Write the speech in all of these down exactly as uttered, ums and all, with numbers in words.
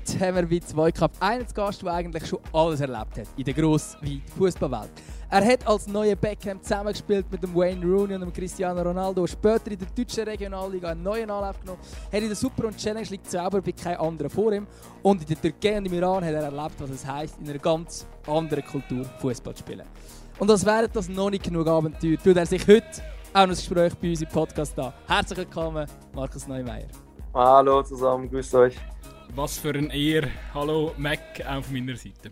Heute haben wir bei zwei Cup einen Gast, der eigentlich schon alles erlebt hat in der grossen, weiten Fußballwelt. Er hat als neuer Beckham zusammengespielt mit dem Wayne Rooney und dem Cristiano Ronaldo. Später in der deutschen Regionalliga einen neuen Anlauf genommen. Hat in der Super- und Challenge League zaubert bei keinem anderen vor ihm. Und in der Türkei und im Iran hat er erlebt, was es heisst, in einer ganz anderen Kultur Fußball zu spielen. Und als wären das noch nicht genug Abenteuer, tut er sich heute auch noch ein Gespräch bei uns im Podcast an. Herzlich willkommen, Markus Neumeier. Hallo zusammen, grüßt euch. Was für eine Ehre. Hallo Mac, auch von meiner Seite.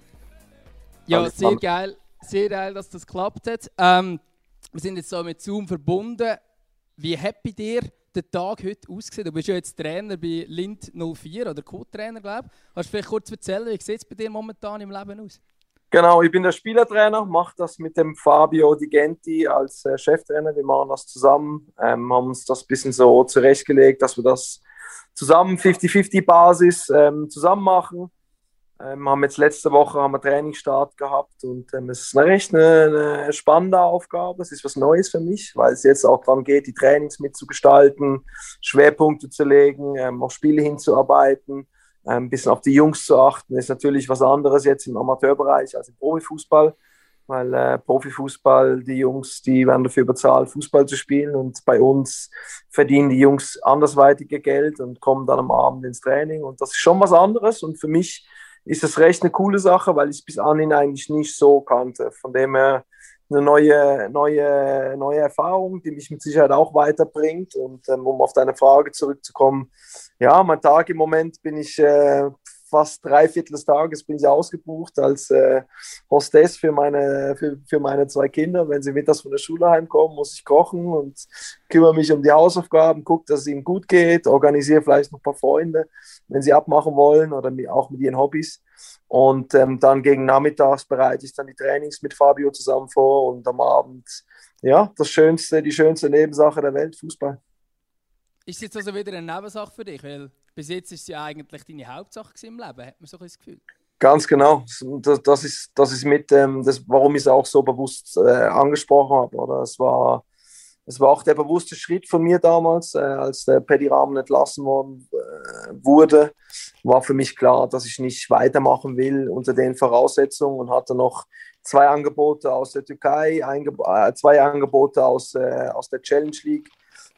Ja, Alles sehr Mann. geil. Sehr geil, dass das geklappt hat. Ähm, wir sind jetzt so mit Zoom verbunden. Wie hat bei dir der Tag heute ausgesehen? Du bist ja jetzt Trainer bei Lindt null vier oder Co-Trainer, glaube ich. Kannst du vielleicht kurz erzählen, wie sieht es bei dir momentan im Leben aus? Genau, ich bin der Spielertrainer, mache das mit dem Fabio Di Genti als äh, Cheftrainer. Wir machen das zusammen, ähm, haben uns das ein bisschen so zurechtgelegt, dass wir das zusammen fünfzig fünfzig Basis ähm, zusammen machen. Ähm, haben jetzt letzte Woche haben wir Trainingsstart gehabt und ähm, es ist eine recht eine, eine spannende Aufgabe. Es ist was Neues für mich, weil es jetzt auch darum geht, die Trainings mitzugestalten, Schwerpunkte zu legen, ähm, auf Spiele hinzuarbeiten, ähm, ein bisschen auf die Jungs zu achten. Das ist natürlich was anderes jetzt im Amateurbereich als im Profifußball, weil äh, Profifußball, die Jungs, die werden dafür bezahlt, Fußball zu spielen und bei uns verdienen die Jungs andersweitige Geld und kommen dann am Abend ins Training und das ist schon was anderes und für mich ist das recht eine coole Sache, weil ich es bis anhin eigentlich nicht so kannte. Von dem her eine neue, neue, neue Erfahrung, die mich mit Sicherheit auch weiterbringt. Und ähm, um auf deine Frage zurückzukommen, ja, mein Tag im Moment bin ich äh, fast drei Viertel des Tages bin ich ausgebucht als äh, Hostess für meine, für, für meine zwei Kinder. Wenn sie mittags von der Schule heimkommen, muss ich kochen und kümmere mich um die Hausaufgaben, gucke, dass es ihnen gut geht, organisiere vielleicht noch ein paar Freunde, wenn sie abmachen wollen oder auch mit ihren Hobbys. Und ähm, dann gegen Nachmittags bereite ich dann die Trainings mit Fabio zusammen vor und am Abend, ja, das schönste, die schönste Nebensache der Welt, Fußball. Ist es jetzt also wieder eine Nebensache für dich? Weil bis jetzt ist es ja eigentlich deine Hauptsache im Leben, hat man so ein das Gefühl. Ganz genau. Das, das, ist, das ist mit, ähm, das, warum ich es auch so bewusst äh, angesprochen habe. Oder? Es, war, es war auch der bewusste Schritt von mir damals, äh, als der Paddy Rahmen entlassen worden äh, wurde, war für mich klar, dass ich nicht weitermachen will unter den Voraussetzungen und hatte noch zwei Angebote aus der Türkei, einge- äh, zwei Angebote aus, äh, aus der Challenge League,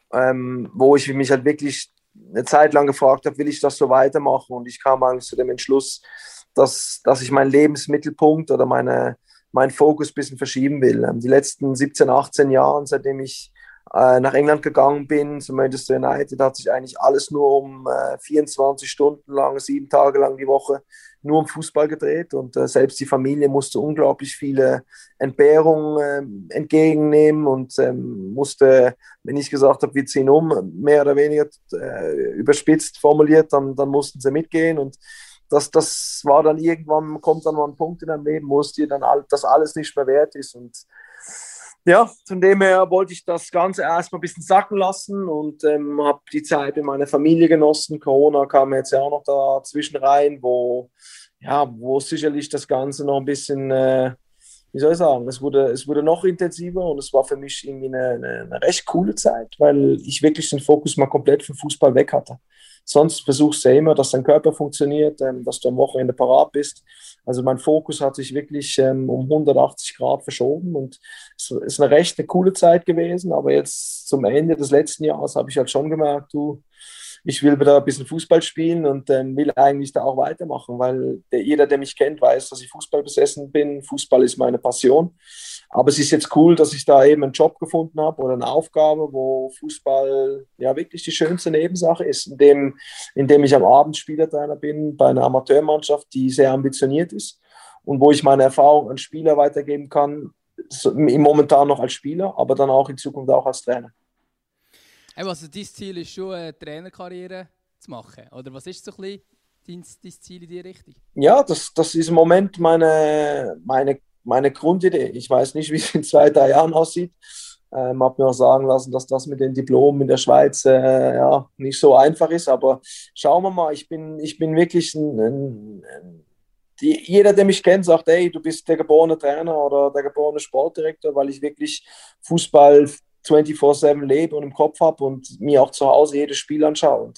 ähm, wo ich mich halt wirklich eine Zeit lang gefragt habe, will ich das so weitermachen? Und ich kam eigentlich zu dem Entschluss, dass, dass ich meinen Lebensmittelpunkt oder meine, meinen Fokus ein bisschen verschieben will. Die letzten siebzehn, achtzehn Jahre, seitdem ich äh, nach England gegangen bin, zu Manchester United, hat sich eigentlich alles nur um äh, vierundzwanzig Stunden lang, sieben Tage lang die Woche nur um Fußball gedreht und äh, selbst die Familie musste unglaublich viele Entbehrungen äh, entgegennehmen und ähm, musste, wenn ich gesagt habe, wir ziehen um, mehr oder weniger äh, überspitzt formuliert, dann, dann mussten sie mitgehen und das, das war dann irgendwann, kommt dann mal ein Punkt in deinem Leben, wo es dir dann all, das alles nicht mehr wert ist und ja, von dem her wollte ich das Ganze erstmal ein bisschen sacken lassen und ähm, habe die Zeit mit meiner Familie genossen. Corona kam jetzt ja auch noch dazwischen rein, wo, ja, wo sicherlich das Ganze noch ein bisschen, äh, wie soll ich sagen, es wurde, es wurde noch intensiver und es war für mich irgendwie eine, eine, eine recht coole Zeit, weil ich wirklich den Fokus mal komplett vom Fußball weg hatte. Sonst versuchst du ja immer, dass dein Körper funktioniert, ähm, dass du am Wochenende parat bist. Also mein Fokus hat sich wirklich ähm, um hundertachtzig Grad verschoben und es ist eine recht eine coole Zeit gewesen, aber jetzt zum Ende des letzten Jahres habe ich halt schon gemerkt, du, ich will wieder ein bisschen Fußball spielen und ähm, will eigentlich da auch weitermachen, weil der, jeder, der mich kennt, weiß, dass ich Fußball besessen bin. Fußball ist meine Passion. Aber es ist jetzt cool, dass ich da eben einen Job gefunden habe oder eine Aufgabe, wo Fußball ja wirklich die schönste Nebensache ist, indem, indem ich am Abend Spielertrainer bin bei einer Amateurmannschaft, die sehr ambitioniert ist und wo ich meine Erfahrung an Spieler weitergeben kann, momentan noch als Spieler, aber dann auch in Zukunft auch als Trainer. Also dein Ziel ist schon, eine Trainerkarriere zu machen, oder was ist so ein bisschen dein, dein Ziel in die Richtung? Ja, das, das ist im Moment meine, meine, meine Grundidee. Ich weiß nicht, wie es in zwei, drei Jahren aussieht. Ich ähm, habe mir auch sagen lassen, dass das mit den Diplomen in der Schweiz äh, ja, nicht so einfach ist, aber schauen wir mal, ich bin, ich bin wirklich ein, ein, ein die, jeder, der mich kennt, sagt, hey, du bist der geborene Trainer oder der geborene Sportdirektor, weil ich wirklich Fußball vierundzwanzig sieben lebe und im Kopf habe und mir auch zu Hause jedes Spiel anschaue. Und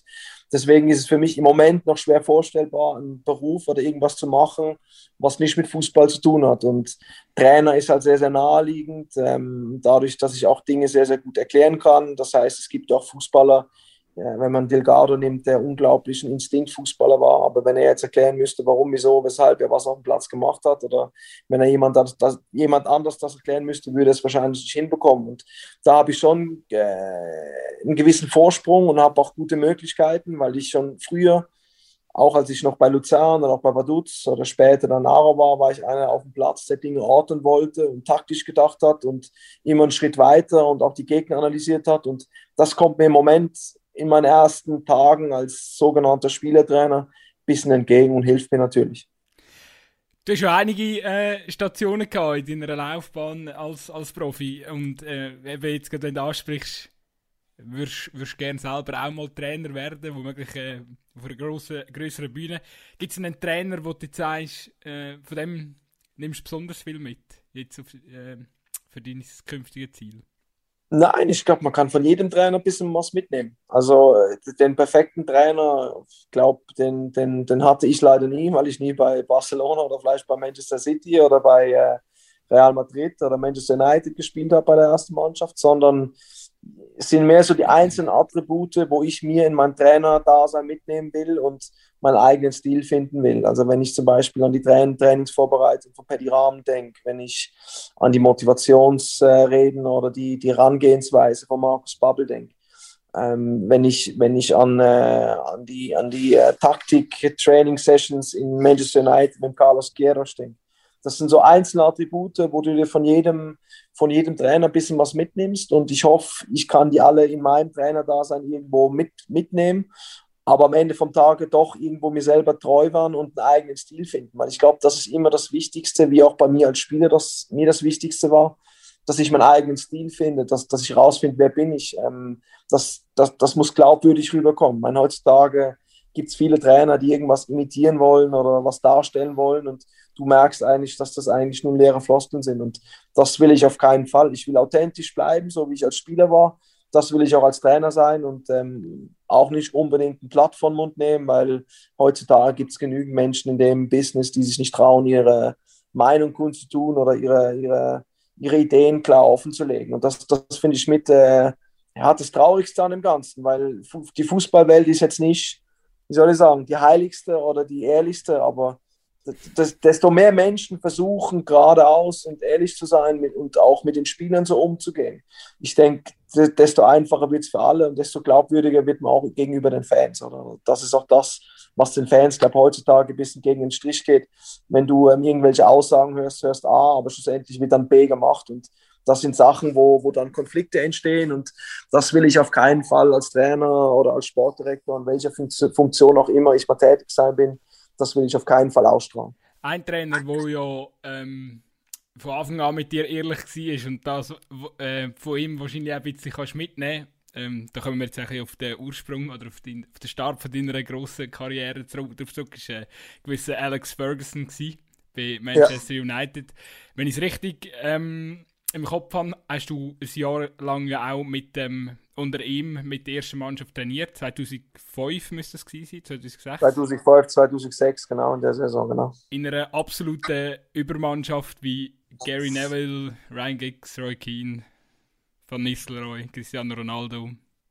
Deswegen ist es für mich im Moment noch schwer vorstellbar, einen Beruf oder irgendwas zu machen, was nicht mit Fußball zu tun hat. Und Trainer ist halt sehr, sehr naheliegend, ähm, dadurch, dass ich auch Dinge sehr, sehr gut erklären kann. Das heißt, es gibt auch Fußballer, ja, wenn man Delgado nimmt, der unglaublich ein Instinktfußballer war, aber wenn er jetzt erklären müsste, warum, wieso, weshalb er was auf dem Platz gemacht hat, oder wenn er jemand, das, das, jemand anders das erklären müsste, würde er es wahrscheinlich nicht hinbekommen. Und da habe ich schon äh, einen gewissen Vorsprung und habe auch gute Möglichkeiten, weil ich schon früher, auch als ich noch bei Luzern oder auch bei Vaduz oder später dann Aarau war, war ich einer auf dem Platz, der Dinge ordnen wollte und taktisch gedacht hat und immer einen Schritt weiter und auch die Gegner analysiert hat. Und das kommt mir im Moment in meinen ersten Tagen als sogenannter Spielertrainer ein bisschen entgegen und hilft mir natürlich. Du hast ja einige äh, Stationen gehabt in deiner Laufbahn als, als Profi und äh, wenn jetzt gerade wenn du ansprichst, würdest du gerne selber auch mal Trainer werden, womöglich äh, auf einer grossen, grösseren Bühne. Gibt es einen Trainer, wo du jetzt sagst, äh, von dem nimmst du besonders viel mit jetzt auf, äh, für dein künftiges Ziel? Nein, ich glaube, man kann von jedem Trainer ein bisschen was mitnehmen. Also den perfekten Trainer, ich glaube, den, den, den hatte ich leider nie, weil ich nie bei Barcelona oder vielleicht bei Manchester City oder bei äh, Real Madrid oder Manchester United gespielt habe bei der ersten Mannschaft, sondern es sind mehr so die einzelnen Attribute, wo ich mir in mein Trainer-Dasein mitnehmen will und meinen eigenen Stil finden will. Also wenn ich zum Beispiel an die Tra- Trainingsvorbereitung von Paddy Rahm denke, wenn ich an die Motivationsreden oder die, die Herangehensweise von Markus Babbel denke, ähm, wenn ich, wenn ich an, äh, an die, an die äh, Taktik-Training-Sessions in Manchester United mit Carlos Queiroz denke. Das sind so einzelne Attribute, wo du dir von jedem, von jedem Trainer ein bisschen was mitnimmst. Und ich hoffe, ich kann die alle in meinem Trainerdasein irgendwo mit, mitnehmen, aber am Ende vom Tage doch irgendwo mir selber treu waren und einen eigenen Stil finden. Weil ich glaube, das ist immer das Wichtigste, wie auch bei mir als Spieler, das mir das Wichtigste war, dass ich meinen eigenen Stil finde, dass, dass ich rausfinde, wer bin ich. Ähm, das, das, das muss glaubwürdig rüberkommen. Ich meine, heutzutage gibt es viele Trainer, die irgendwas imitieren wollen oder was darstellen wollen und du merkst eigentlich, dass das eigentlich nur leere Floskeln sind und das will ich auf keinen Fall. Ich will authentisch bleiben, so wie ich als Spieler war. Das will ich auch als Trainer sein und ähm, auch nicht unbedingt ein Blatt von Mund nehmen, weil heutzutage gibt es genügend Menschen in dem Business, die sich nicht trauen, ihre Meinung kundzutun oder ihre, ihre, ihre Ideen klar offenzulegen. Und das, das finde ich mit äh, ja, das Traurigste an dem Ganzen, weil die Fußballwelt ist jetzt nicht, wie soll ich sagen, die heiligste oder die ehrlichste, aber das, desto mehr Menschen versuchen, geradeaus und ehrlich zu sein mit, und auch mit den Spielern so umzugehen. Ich denke, desto einfacher wird es für alle und desto glaubwürdiger wird man auch gegenüber den Fans. Oder? Das ist auch das, was den Fans, glaube ich, heutzutage ein bisschen gegen den Strich geht. Wenn du ähm, irgendwelche Aussagen hörst, hörst A, aber schlussendlich wird dann B gemacht. Und das sind Sachen, wo, wo dann Konflikte entstehen. Und das will ich auf keinen Fall als Trainer oder als Sportdirektor, in welcher Funktion auch immer ich mal tätig sein bin, das will ich auf keinen Fall ausstrahlen. Ein Trainer, der ja ähm, von Anfang an mit dir ehrlich war und das äh, von ihm wahrscheinlich auch ein bisschen kannst mitnehmen kannst, ähm, da kommen wir jetzt ein auf den Ursprung oder auf den, auf den Start von deiner grossen Karriere zurück. Das war ein gewisser Alex Ferguson gewesen, bei Manchester ja. United. Wenn ich es richtig ähm, im Kopf habe, hast du ein Jahr lang auch mit dem unter ihm mit der ersten Mannschaft trainiert. zweitausendfünf müsste es gewesen sein, zweitausendsechs. zweitausendfünf, zweitausendsechs, genau, in der Saison, genau. In einer absoluten Übermannschaft wie Gary Neville, Ryan Giggs, Roy Keane, Van Nistelrooy, Cristiano Ronaldo.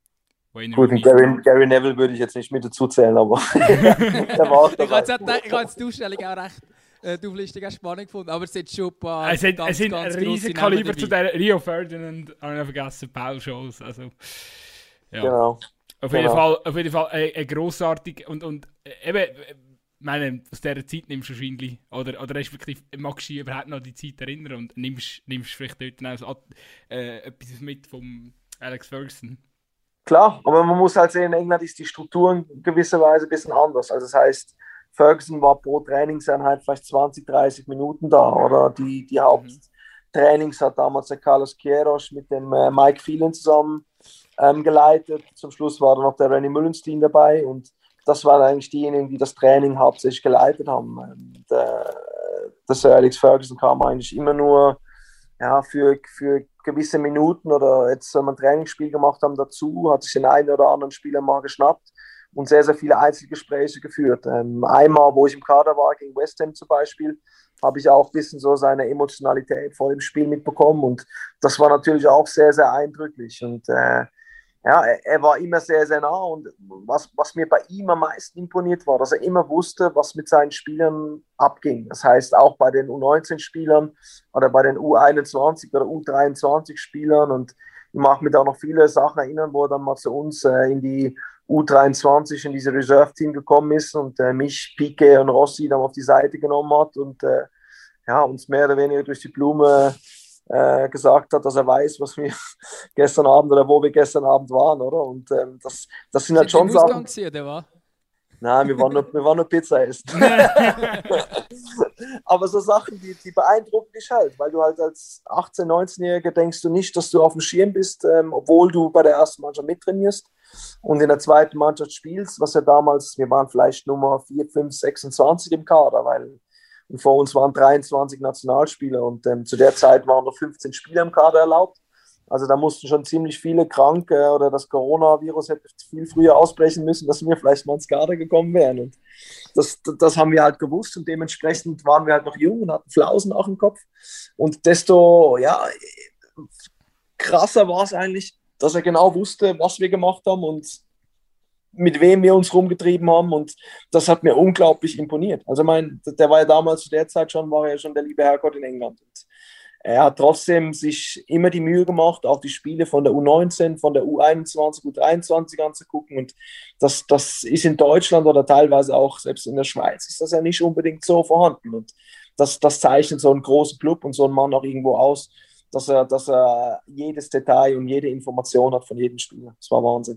Wayne Gut, und Gary, Gary Neville würde ich jetzt nicht mit dazu zählen, aber der war auch dabei. Ich habe die Ausstellung auch recht äh, die Auflistung auch spannend gefunden, aber es sind schon ein paar es sind, ganz, es sind ganz ein riesiges Kaliber zu der Rio Ferdinand, habe ich vergessen, Paul Scholes, also ja. Genau. Auf jeden genau. Fall, auf jeden Fall äh, äh, grossartig und, und äh, eben, äh, meine, aus dieser Zeit nimmst du wahrscheinlich, oder, oder respektive magst du dich überhaupt noch an die Zeit erinnern und nimmst, nimmst vielleicht dort auch so, äh, etwas mit vom Alex Ferguson. Klar, aber man muss halt sehen, in England ist die Struktur in gewisser Weise ein bisschen anders. Also das heißt, Ferguson war pro Trainingseinheit vielleicht zwanzig, dreißig Minuten da, oder die, die Haupttrainings hat damals der Carlos Queiroz mit dem äh, Mike Phelan zusammen ähm, geleitet. Zum Schluss war dann noch der Rennie Müllenstein dabei und das waren eigentlich diejenigen, die das Training hauptsächlich geleitet haben. Und, äh, der Sir Alex Ferguson kam eigentlich immer nur ja, für, für gewisse Minuten oder jetzt, wenn man ein Trainingsspiel gemacht haben dazu, hat sich den einen oder anderen Spieler mal geschnappt und sehr, sehr viele Einzelgespräche geführt. Ähm, einmal, wo ich im Kader war, gegen West Ham zum Beispiel, habe ich auch ein bisschen so seine Emotionalität vor dem Spiel mitbekommen und das war natürlich auch sehr, sehr eindrücklich und äh, ja, er, er war immer sehr, sehr nah und was, was mir bei ihm am meisten imponiert war, dass er immer wusste, was mit seinen Spielern abging. Das heißt, auch bei den U neunzehn-Spielern oder bei den U einundzwanzig- oder U dreiundzwanzig-Spielern und ich mag mich da noch viele Sachen erinnern, wo er dann mal zu uns äh, in die U dreiundzwanzig, in diese Reserve-Team gekommen ist und äh, mich, Piqué und Rossi dann auf die Seite genommen hat und äh, ja, uns mehr oder weniger durch die Blume äh, gesagt hat, dass er weiß, was wir gestern Abend oder wo wir gestern Abend waren, oder? Und ähm, das, das sind halt schon Sind Sie im Sachen. Ausgang gewesen, oder was? Nein, wir waren nur, wir waren nur Pizza essen. Aber so Sachen, die, die beeindrucken dich halt, weil du halt als achtzehn-, neunzehn-Jähriger denkst du nicht, dass du auf dem Schirm bist, ähm, obwohl du bei der ersten Mannschaft mittrainierst und in der zweiten Mannschaft spielst, was ja damals, wir waren vielleicht Nummer vier, fünf, sechsundzwanzig im Kader, weil und vor uns waren dreiundzwanzig Nationalspieler und ähm, zu der Zeit waren noch fünfzehn Spieler im Kader erlaubt. Also da mussten schon ziemlich viele krank äh, oder das Coronavirus hätte viel früher ausbrechen müssen, dass wir vielleicht mal ins Kader gekommen wären. Und das, das haben wir halt gewusst und dementsprechend waren wir halt noch jung und hatten Flausen auch im Kopf. Und desto ja, krasser war es eigentlich, dass er genau wusste, was wir gemacht haben und mit wem wir uns rumgetrieben haben und das hat mir unglaublich imponiert. Also mein, der war ja damals zu der Zeit schon, war ja schon der liebe Herrgott in England. Und er hat trotzdem sich immer die Mühe gemacht, auch die Spiele von der U neunzehn, von der U einundzwanzig, U dreiundzwanzig anzugucken und das, das ist in Deutschland oder teilweise auch selbst in der Schweiz ist das ja nicht unbedingt so vorhanden und das, das zeichnet so einen großen Club und so einen Mann auch irgendwo aus, dass er, dass er jedes Detail und jede Information hat von jedem Spieler. Das war Wahnsinn.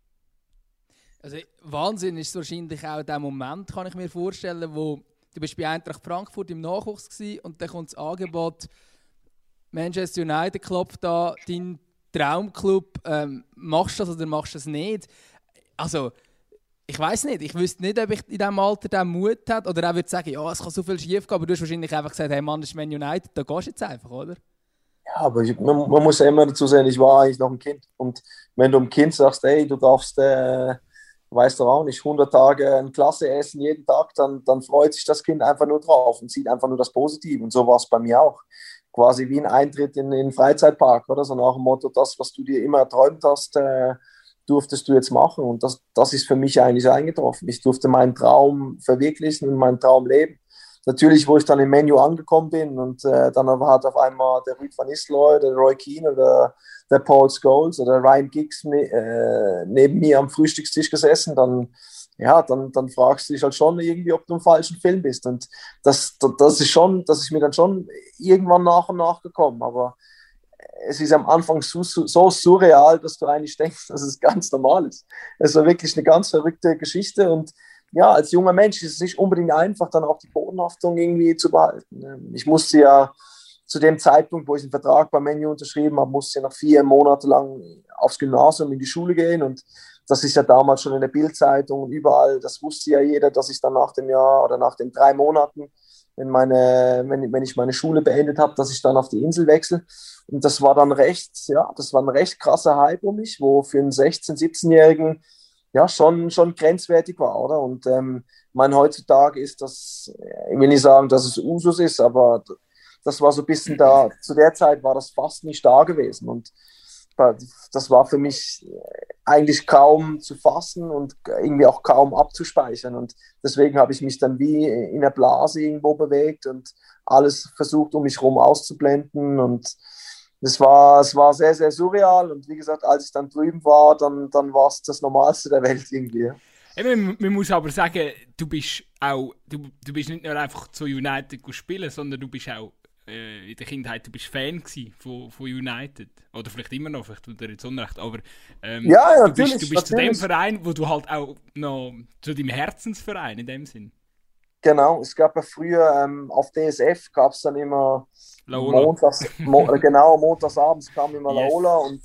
Also Wahnsinn ist wahrscheinlich auch der Moment, kann ich mir vorstellen, wo du bist bei Eintracht Frankfurt im Nachwuchs gewesen und dann kommt das Angebot, Manchester United klopft da, dein Traumclub, ähm, machst du das oder machst du das nicht? Also, ich weiß nicht, ich wüsste nicht, ob ich in diesem Alter den Mut hätte oder auch würde sagen, ja, es kann so viel schief gehen, aber du hast wahrscheinlich einfach gesagt, hey Mann, das ist Man United, da gehst du jetzt einfach, oder? Ja, aber ich, man, man muss ja immer dazu sagen, ich war eigentlich noch ein Kind und wenn du einem Kind sagst, hey, du darfst... Äh, weißt du auch nicht, hundert Tage in Klasse essen jeden Tag, dann, dann freut sich das Kind einfach nur drauf und sieht einfach nur das Positive. Und so war es bei mir auch. Quasi wie ein Eintritt in den Freizeitpark, oder? So nach dem Motto, das, was du dir immer erträumt hast, äh, durftest du jetzt machen. Und das, das ist für mich eigentlich eingetroffen. Ich durfte meinen Traum verwirklichen und meinen Traum leben. Natürlich, wo ich dann im Menü angekommen bin und äh, dann hat auf einmal der Ruud van Nistelrooy, der Roy Keane oder der Paul Scholes oder Ryan Giggs äh, neben mir am Frühstückstisch gesessen, dann, ja, dann, dann fragst du dich halt schon irgendwie, ob du im falschen Film bist. Und das, das, ist schon, das ist mir dann schon irgendwann nach und nach gekommen. Aber es ist am Anfang so, so surreal, dass du eigentlich denkst, dass es ganz normal ist. Es war wirklich eine ganz verrückte Geschichte und ja, als junger Mensch ist es nicht unbedingt einfach, dann auch die Bodenhaftung irgendwie zu behalten. Ich musste ja zu dem Zeitpunkt, wo ich den Vertrag bei Man U unterschrieben habe, musste ich noch vier Monate lang aufs Gymnasium in die Schule gehen und das ist ja damals schon in der Bildzeitung und überall, das wusste ja jeder, dass ich dann nach dem Jahr oder nach den drei Monaten, wenn, meine, wenn, wenn ich meine Schule beendet habe, dass ich dann auf die Insel wechsle und das war dann recht, ja, das war ein recht krasser Hype um mich, wo für einen sechzehn-, siebzehn-Jährigen ja, schon, schon grenzwertig war, oder? Und ähm, mein heutzutage ist das, ich will nicht sagen, dass es Usus ist, aber das war so ein bisschen da, zu der Zeit war das fast nicht da gewesen und das war für mich eigentlich kaum zu fassen und irgendwie auch kaum abzuspeichern und deswegen habe ich mich dann wie in der Blase irgendwo bewegt und alles versucht, um mich herum auszublenden und Es war, es war sehr, sehr surreal und wie gesagt, als ich dann drüben war, dann, dann war es das Normalste der Welt irgendwie. Eben, man muss aber sagen, du bist auch, du, du bist nicht nur einfach zu United spielen, sondern du bist auch äh, in der Kindheit, du bist Fan von, von United. Oder vielleicht immer noch, vielleicht tut er jetzt Unrecht, aber ähm, ja, ja, du bist, du bist zu dem natürlich. Verein, wo du halt auch noch, zu deinem Herzensverein in dem Sinn. Genau, es gab ja früher ähm, auf D S F gab es dann immer Laola. montags, mo, genau, montagsabends kam immer Yes. Laola und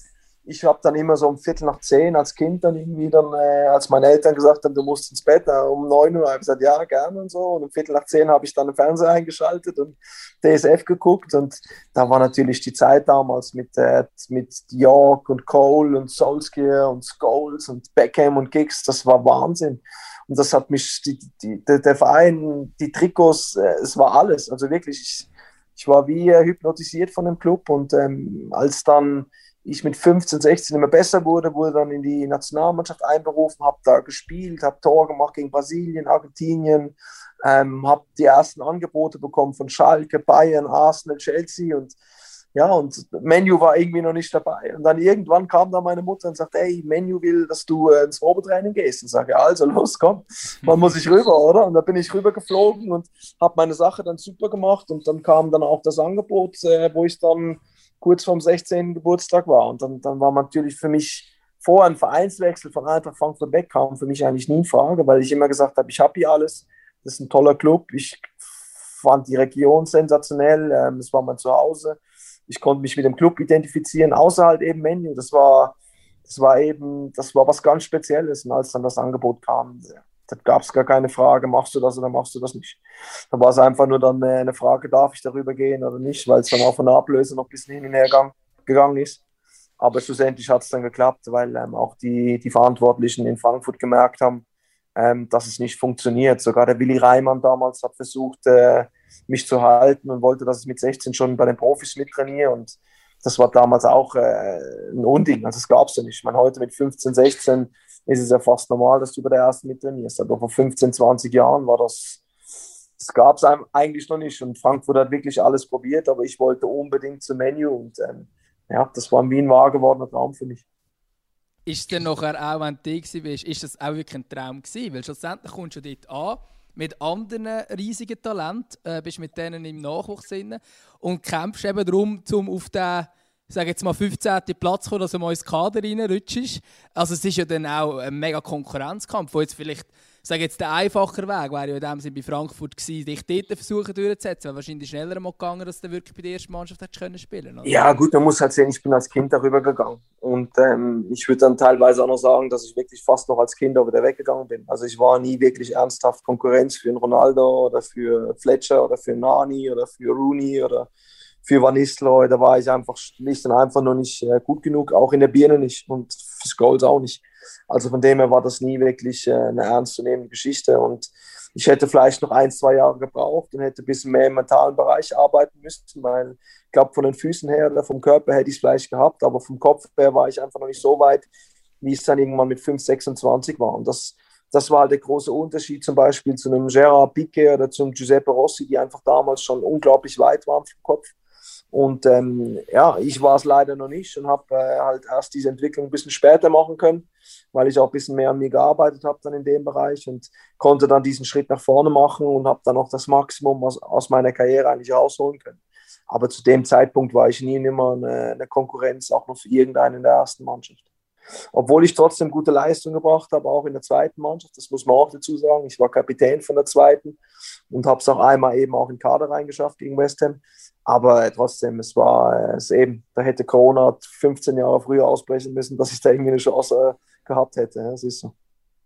ich habe dann immer so um Viertel nach zehn als Kind dann irgendwie dann, äh, als meine Eltern gesagt haben, du musst ins Bett, äh, um neun Uhr, habe ich gesagt, ja, gerne und so. Und um Viertel nach zehn habe ich dann den Fernseher eingeschaltet und D S F geguckt. Und da war natürlich die Zeit damals mit, äh, mit York und Cole und Solskjaer und Scholes und Beckham und Giggs, das war Wahnsinn. Und das hat mich, die, die, der, der Verein, die Trikots, äh, es war alles. Also wirklich, ich, ich war wie äh, hypnotisiert von dem Club. Und ähm, als dann ich mit fünfzehn, sechzehn immer besser wurde, wurde dann in die Nationalmannschaft einberufen, habe da gespielt, habe Tor gemacht gegen Brasilien, Argentinien, ähm, habe die ersten Angebote bekommen von Schalke, Bayern, Arsenal, Chelsea und ja, und Menu war irgendwie noch nicht dabei. Und dann irgendwann kam da meine Mutter und sagte, hey, Menu will, dass du äh, ins Probetraining gehst. Und sage, ja, also los, komm, man muss ich rüber, oder? Und da bin ich rüber geflogen und habe meine Sache dann super gemacht. Und dann kam dann auch das Angebot, äh, wo ich dann kurz vorm sechzehnten Geburtstag war. Und dann, dann war natürlich für mich vor einem Vereinswechsel von Eintracht Frankfurt weg, kam für mich eigentlich nie in Frage, weil ich immer gesagt habe, ich habe hier alles, das ist ein toller Club, ich fand die Region sensationell, ähm, es war mein Zuhause, ich konnte mich mit dem Club identifizieren, außer halt eben Menu, das war, das war eben, das war was ganz Spezielles. Und als dann das Angebot kam, da gab es gar keine Frage, machst du das oder machst du das nicht. Da war es einfach nur dann eine Frage, darf ich darüber gehen oder nicht, weil es dann auch von der Ablöse noch ein bisschen hin und her gang, gegangen ist. Aber schlussendlich hat es dann geklappt, weil ähm, auch die, die Verantwortlichen in Frankfurt gemerkt haben, ähm, dass es nicht funktioniert. Sogar der Willi Reimann damals hat versucht, äh, mich zu halten und wollte, dass ich mit sechzehn schon bei den Profis mittrainiere. Und das war damals auch äh, ein Unding. Also das gab es ja nicht. Ich meine, heute mit fünfzehn, sechzehn ist es ja fast normal, dass du bei der ersten mittrainierst. Aber vor fünfzehn, zwanzig Jahren war das, das gab es eigentlich noch nicht. Und Frankfurt hat wirklich alles probiert, aber ich wollte unbedingt zum Menu. Und ähm, ja, das war wie ein wahr gewordener Traum für mich. Ist es dann nachher auch, wenn du da warst, ist das auch wirklich ein Traum gewesen? Weil schlussendlich kommst du dort an, mit anderen riesigen Talenten, äh, bist mit denen im Nachwuchs drin und kämpfst eben darum, um auf den, ich sage jetzt mal, fünfzehnten Platz zu kommen, dass du mal ins Kader reinrutschst. Also es ist ja dann auch ein mega Konkurrenzkampf, wo jetzt vielleicht, ich sage jetzt, der einfache Weg wäre ja in dem Sinne bei Frankfurt gewesen, dich dort versuchen durchzusetzen, wäre wahrscheinlich schneller mal gegangen, dass du wirklich bei der ersten Mannschaft hättest können spielen. Oder? Ja gut, man muss halt sehen, ich bin als Kind darüber gegangen und ähm, ich würde dann teilweise auch noch sagen, dass ich wirklich fast noch als Kind auch wieder weggegangen bin. Also ich war nie wirklich ernsthaft Konkurrenz für einen Ronaldo oder für Fletcher oder für Nani oder für Rooney oder für Van Nistelrooy. Da war ich einfach schlicht und einfach noch nicht äh, gut genug, auch in der Birne nicht und für Scholes auch nicht. Also von dem her war das nie wirklich äh, eine ernstzunehmende Geschichte und ich hätte vielleicht noch ein, zwei Jahre gebraucht und hätte ein bisschen mehr im mentalen Bereich arbeiten müssen, weil ich glaube, von den Füßen her oder vom Körper hätte ich es vielleicht gehabt, aber vom Kopf her war ich einfach noch nicht so weit, wie es dann irgendwann mit fünf, sechsundzwanzig war. Und das, das war halt der große Unterschied zum Beispiel zu einem Gerard Piqué oder zum Giuseppe Rossi, die einfach damals schon unglaublich weit waren vom Kopf. Und ähm, ja, ich war es leider noch nicht und habe äh, halt erst diese Entwicklung ein bisschen später machen können, weil ich auch ein bisschen mehr an mir gearbeitet habe dann in dem Bereich und konnte dann diesen Schritt nach vorne machen und habe dann auch das Maximum aus, aus meiner Karriere eigentlich rausholen können. Aber zu dem Zeitpunkt war ich nie immer eine, eine Konkurrenz, auch noch für irgendeinen in der ersten Mannschaft. Obwohl ich trotzdem gute Leistung gebracht habe, auch in der zweiten Mannschaft, das muss man auch dazu sagen. Ich war Kapitän von der zweiten und habe es auch einmal eben auch in den Kader reingeschafft gegen West Ham. Aber trotzdem, es war es eben, da hätte Corona fünfzehn Jahre früher ausbrechen müssen, dass ich da irgendwie eine Chance äh, gehabt hätte. Das ist so.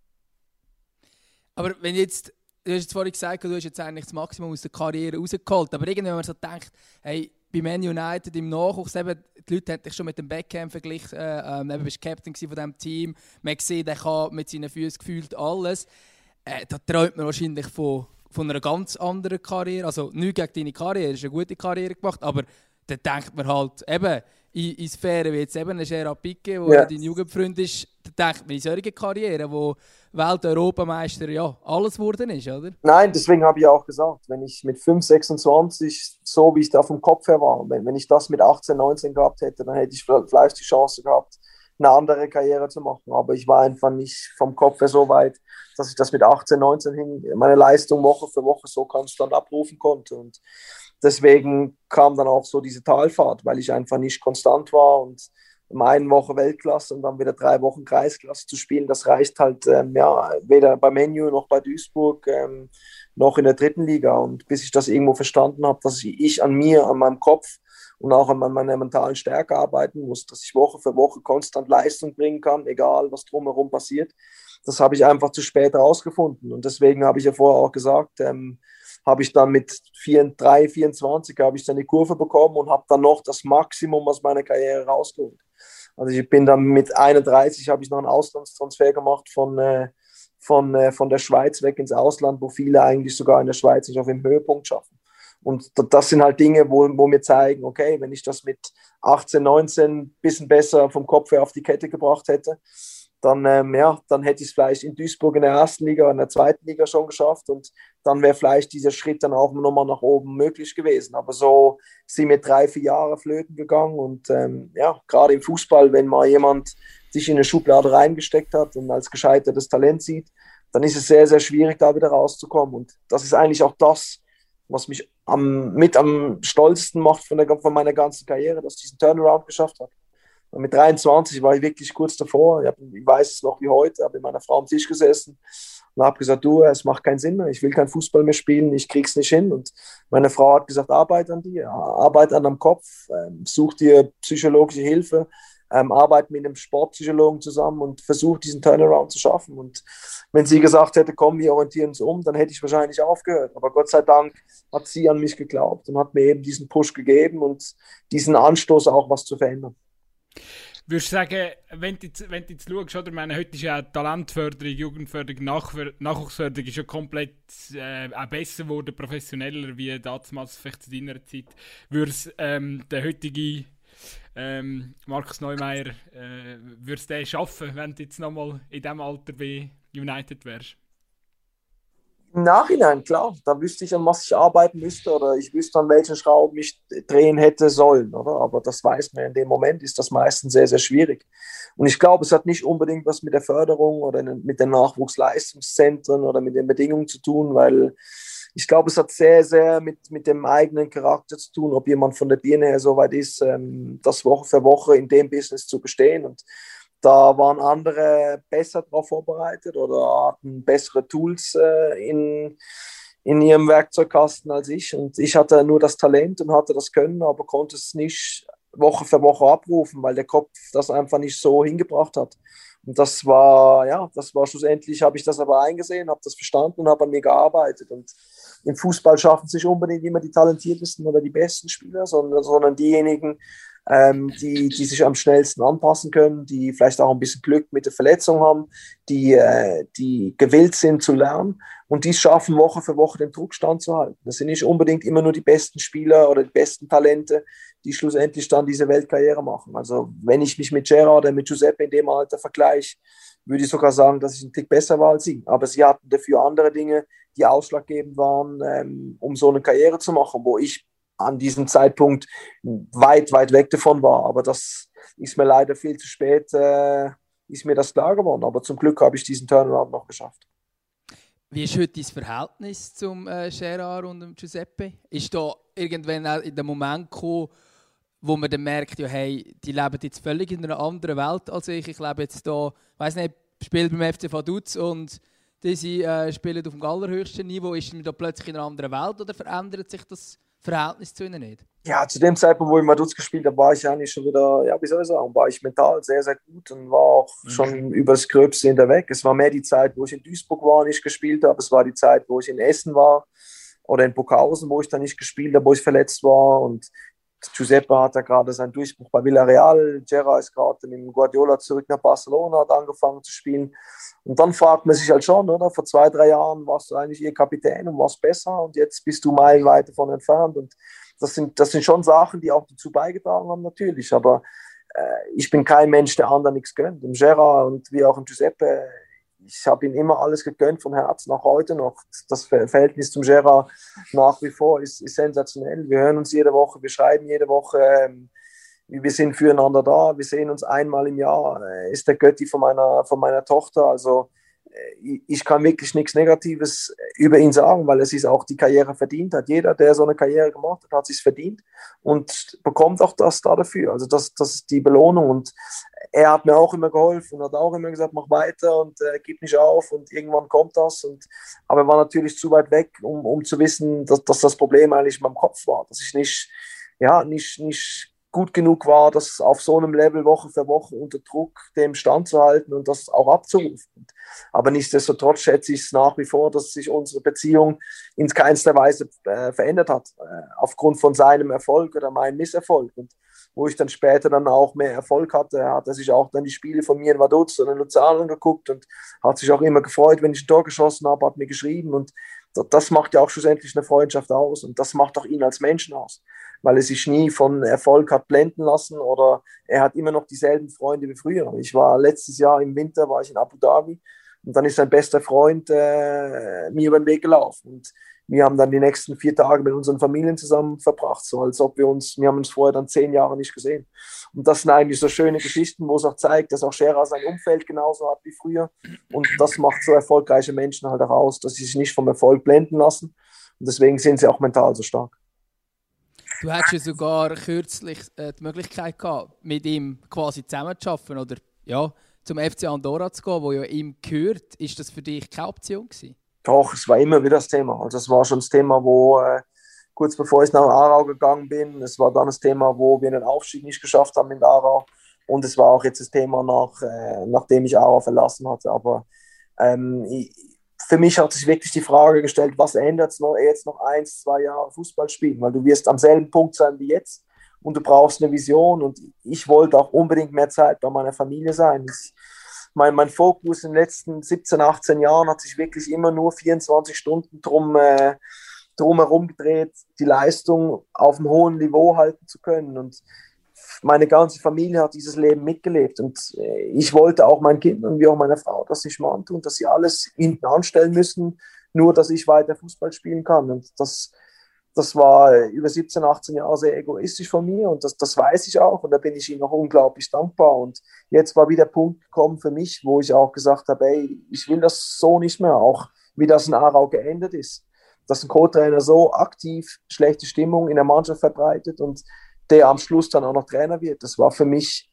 Aber wenn jetzt, du hast jetzt vorhin gesagt, du hast jetzt eigentlich das Maximum aus der Karriere rausgeholt, aber irgendwie, wenn man so denkt, hey, bei Man United im Nachwuchs, eben, die Leute haben dich schon mit dem Beckham verglichen, äh, ähm, du bist Captain von diesem Team, man sieht, der kann mit seinen Füßen gefühlt alles. Äh, da träumt man wahrscheinlich von, von einer ganz anderen Karriere, also nicht gegen deine Karriere, du hast eine gute Karriere gemacht, aber dann denkt man halt eben in, in Sphären wie jetzt eben ein Gerard Piqué, der ja dein Jugendfreund ist, dann denkt man in solche Karrieren, wo Welt-Europameister, ja, alles geworden ist, oder? Nein, deswegen habe ich auch gesagt, wenn ich mit fünf, sechsundzwanzig, so wie ich da vom Kopf her war, wenn, wenn ich das mit achtzehn, neunzehn gehabt hätte, dann hätte ich vielleicht die Chance gehabt, eine andere Karriere zu machen. Aber ich war einfach nicht vom Kopf her so weit, dass ich das mit achtzehn, neunzehn hin, meine Leistung Woche für Woche so konstant abrufen konnte. Und deswegen kam dann auch so diese Talfahrt, weil ich einfach nicht konstant war und um eine Woche Weltklasse und dann wieder drei Wochen Kreisklasse zu spielen, das reicht halt ähm, ja, weder bei Menu noch bei Duisburg ähm, noch in der dritten Liga. Und bis ich das irgendwo verstanden habe, dass ich an mir, an meinem Kopf und auch an meiner mentalen Stärke arbeiten muss, dass ich Woche für Woche konstant Leistung bringen kann, egal was drumherum passiert. Das habe ich einfach zu spät herausgefunden. Und deswegen habe ich ja vorher auch gesagt, ähm, habe ich dann mit drei, vierundzwanzig habe ich dann die Kurve bekommen und habe dann noch das Maximum aus meiner Karriere rausgeholt. Also ich bin dann mit einunddreißig habe ich noch einen Auslandstransfer gemacht von, äh, von, äh, von der Schweiz weg ins Ausland, wo viele eigentlich sogar in der Schweiz nicht auf dem Höhepunkt schaffen. Und das sind halt Dinge, wo, wo mir zeigen, okay, wenn ich das mit achtzehn, neunzehn ein bisschen besser vom Kopf her auf die Kette gebracht hätte, dann, ähm, ja, dann hätte ich es vielleicht in Duisburg in der ersten Liga oder in der zweiten Liga schon geschafft und dann wäre vielleicht dieser Schritt dann auch nochmal nach oben möglich gewesen. Aber so sind mir drei, vier Jahre flöten gegangen und ähm, ja, gerade im Fußball, wenn mal jemand sich in eine Schublade reingesteckt hat und als gescheitertes Talent sieht, dann ist es sehr, sehr schwierig, da wieder rauszukommen. Und das ist eigentlich auch das, was mich am, mit am stolzesten macht von, der, von meiner ganzen Karriere, dass ich diesen Turnaround geschafft habe. Und mit dreiundzwanzig war ich wirklich kurz davor. Ich, hab, ich weiß es noch wie heute, habe mit meiner Frau am Tisch gesessen und habe gesagt, du, es macht keinen Sinn mehr, ich will keinen Fußball mehr spielen, ich krieg's nicht hin. Und meine Frau hat gesagt, arbeite an dir, arbeite an deinem Kopf, ähm, such dir psychologische Hilfe, ähm, arbeite mit einem Sportpsychologen zusammen und versuch diesen Turnaround zu schaffen. Und wenn sie gesagt hätte, komm, wir orientieren uns um, dann hätte ich wahrscheinlich aufgehört. Aber Gott sei Dank hat sie an mich geglaubt und hat mir eben diesen Push gegeben und diesen Anstoß auch was zu verändern. Würdest du sagen, wenn du jetzt, wenn du jetzt schaust, oder, meine, heute ist ja Talentförderung, Jugendförderung, Nach- Nachwuchsförderung ist ja komplett äh, auch besser geworden, professioneller wie damals vielleicht zu deiner Zeit. Würdest ähm, der heutige ähm, Markus Neumeier, äh, würdest du den schaffen, wenn du jetzt nochmal in diesem Alter bei United wärst? Im Nachhinein, klar, da wüsste ich, an was ich arbeiten müsste oder ich wüsste, an welchen Schrauben ich drehen hätte sollen, oder? Aber das weiß man in dem Moment, ist das meistens sehr, sehr schwierig. Und ich glaube, es hat nicht unbedingt was mit der Förderung oder mit den Nachwuchsleistungszentren oder mit den Bedingungen zu tun, weil ich glaube, es hat sehr, sehr mit, mit dem eigenen Charakter zu tun, ob jemand von der Birne her so weit ist, ähm, das Woche für Woche in dem Business zu bestehen. Und da waren andere besser darauf vorbereitet oder hatten bessere Tools äh, in, in ihrem Werkzeugkasten als ich. Und ich hatte nur das Talent und hatte das Können, aber konnte es nicht Woche für Woche abrufen, weil der Kopf das einfach nicht so hingebracht hat. Und das war, ja, das war schlussendlich, habe ich das aber eingesehen, habe das verstanden und habe an mir gearbeitet. Und im Fußball schaffen sich unbedingt immer die talentiertesten oder die besten Spieler, sondern, sondern diejenigen, Ähm, die, die sich am schnellsten anpassen können, die vielleicht auch ein bisschen Glück mit der Verletzung haben, die, äh, die gewillt sind zu lernen und die es schaffen, Woche für Woche den Druck standzuhalten. Das sind nicht unbedingt immer nur die besten Spieler oder die besten Talente, die schlussendlich dann diese Weltkarriere machen. Also wenn ich mich mit Gerard oder mit Giuseppe in dem Alter vergleiche, würde ich sogar sagen, dass ich einen Tick besser war als sie. Aber sie hatten dafür andere Dinge, die ausschlaggebend waren, ähm, um so eine Karriere zu machen, wo ich an diesem Zeitpunkt weit, weit weg davon war. Aber das ist mir leider viel zu spät, äh, ist mir das klar geworden. Aber zum Glück habe ich diesen Turnaround noch geschafft. Wie ist heute dein Verhältnis zum äh, Gerard und dem Giuseppe? Ist da irgendwann auch in dem Moment gekommen, wo man dann merkt, ja, hey, die leben jetzt völlig in einer anderen Welt als ich. Ich lebe jetzt hier, ich weiss nicht, spiele beim F C Vaduz und diese äh, spielen auf dem allerhöchsten Niveau. Ist man da plötzlich in einer anderen Welt oder verändert sich das Verhältnis zu ihnen nicht? Ja, zu dem Zeitpunkt, wo ich Vaduz gespielt habe, war ich eigentlich schon wieder, ja, wie soll ich sagen, war ich mental sehr, sehr gut und war auch mhm. schon über das Gröbste hinterweg. Es war mehr die Zeit, wo ich in Duisburg war und nicht gespielt habe. Es war die Zeit, wo ich in Essen war oder in Burghausen, wo ich dann nicht gespielt habe, wo ich verletzt war. Und Giuseppe hat da gerade seinen Durchbruch bei Villarreal. Gerard ist gerade mit Guardiola zurück nach Barcelona, hat angefangen zu spielen. Und dann fragt man sich halt schon, oder? Vor zwei, drei Jahren warst du eigentlich ihr Kapitän und warst besser und jetzt bist du meilenweit davon entfernt. Und das sind, das sind schon Sachen, die auch dazu beigetragen haben, natürlich. Aber äh, ich bin kein Mensch, der anderen nichts gönnt. Dem Gerard und wie auch dem Giuseppe, ich habe ihm immer alles gegönnt von Herzen, auch heute noch. Das Verhältnis zum Gerard nach wie vor ist, ist sensationell. Wir hören uns jede Woche, wir schreiben jede Woche, ähm, wir sind füreinander da, wir sehen uns einmal im Jahr, äh, ist der Götti von meiner, von meiner Tochter, also äh, ich kann wirklich nichts Negatives über ihn sagen, weil er sich auch die Karriere verdient hat. Jeder, der so eine Karriere gemacht hat, hat sich verdient und bekommt auch das da dafür, also das, das ist die Belohnung und er hat mir auch immer geholfen und hat auch immer gesagt, mach weiter und äh, gib nicht auf und irgendwann kommt das. Und, aber er war natürlich zu weit weg, um, um zu wissen, dass, dass das Problem eigentlich in meinem Kopf war, dass ich nicht ja, nicht, nicht gut genug war, das auf so einem Level Woche für Woche unter Druck dem standzuhalten und das auch abzurufen. Aber nichtsdestotrotz schätze ich es nach wie vor, dass sich unsere Beziehung in keinster Weise äh, verändert hat, äh, aufgrund von seinem Erfolg oder meinem Misserfolg. Und wo ich dann später dann auch mehr Erfolg hatte, hat er sich auch dann die Spiele von mir in Vaduz oder in Luzern angeguckt und hat sich auch immer gefreut, wenn ich ein Tor geschossen habe, hat mir geschrieben und das macht ja auch schlussendlich eine Freundschaft aus und das macht auch ihn als Menschen aus, weil er sich nie von Erfolg hat blenden lassen oder er hat immer noch dieselben Freunde wie früher. Ich war letztes Jahr im Winter, war ich in Abu Dhabi und dann ist sein bester Freund äh, mir über den Weg gelaufen und wir haben dann die nächsten vier Tage mit unseren Familien zusammen verbracht, so als ob wir uns, wir haben uns vorher dann zehn Jahre nicht gesehen. Und das sind eigentlich so schöne Geschichten, wo es auch zeigt, dass auch Scherer sein Umfeld genauso hat wie früher. Und das macht so erfolgreiche Menschen halt auch aus, dass sie sich nicht vom Erfolg blenden lassen. Und deswegen sind sie auch mental so stark. Du hattest ja sogar kürzlich äh, die Möglichkeit gehabt, mit ihm quasi zusammenzuarbeiten oder ja, zum F C Andorra zu gehen, wo ja ihm gehört. Ist das für dich keine Option gewesen? Doch, es war immer wieder das Thema. Also es war schon das Thema, wo äh, kurz bevor ich nach Aarau gegangen bin, es war dann das Thema, wo wir den Aufstieg nicht geschafft haben in Aarau. Und es war auch jetzt das Thema, nach, äh, nachdem ich Aarau verlassen hatte. Aber ähm, ich, für mich hat sich wirklich die Frage gestellt, was ändert es noch, jetzt noch eins, zwei Jahre Fußball spielen? Weil du wirst am selben Punkt sein wie jetzt und du brauchst eine Vision. Und ich wollte auch unbedingt mehr Zeit bei meiner Familie sein. Ich, Mein, mein Fokus in den letzten siebzehn, achtzehn Jahren hat sich wirklich immer nur vierundzwanzig Stunden drum, äh, drum herum gedreht, die Leistung auf einem hohen Niveau halten zu können. Und meine ganze Familie hat dieses Leben mitgelebt. Und äh, ich wollte auch meinen Kindern wie auch meiner Frau das nicht mehr antun, dass sie alles hinten anstellen müssen, nur dass ich weiter Fußball spielen kann. Und das Das war über siebzehn, achtzehn Jahre sehr egoistisch von mir und das, das weiß ich auch und da bin ich ihnen auch unglaublich dankbar. Und jetzt war wieder der Punkt gekommen für mich, wo ich auch gesagt habe, ey, ich will das so nicht mehr, auch wie das in Aarau geendet ist. Dass ein Co-Trainer so aktiv schlechte Stimmung in der Mannschaft verbreitet und der am Schluss dann auch noch Trainer wird, das war für mich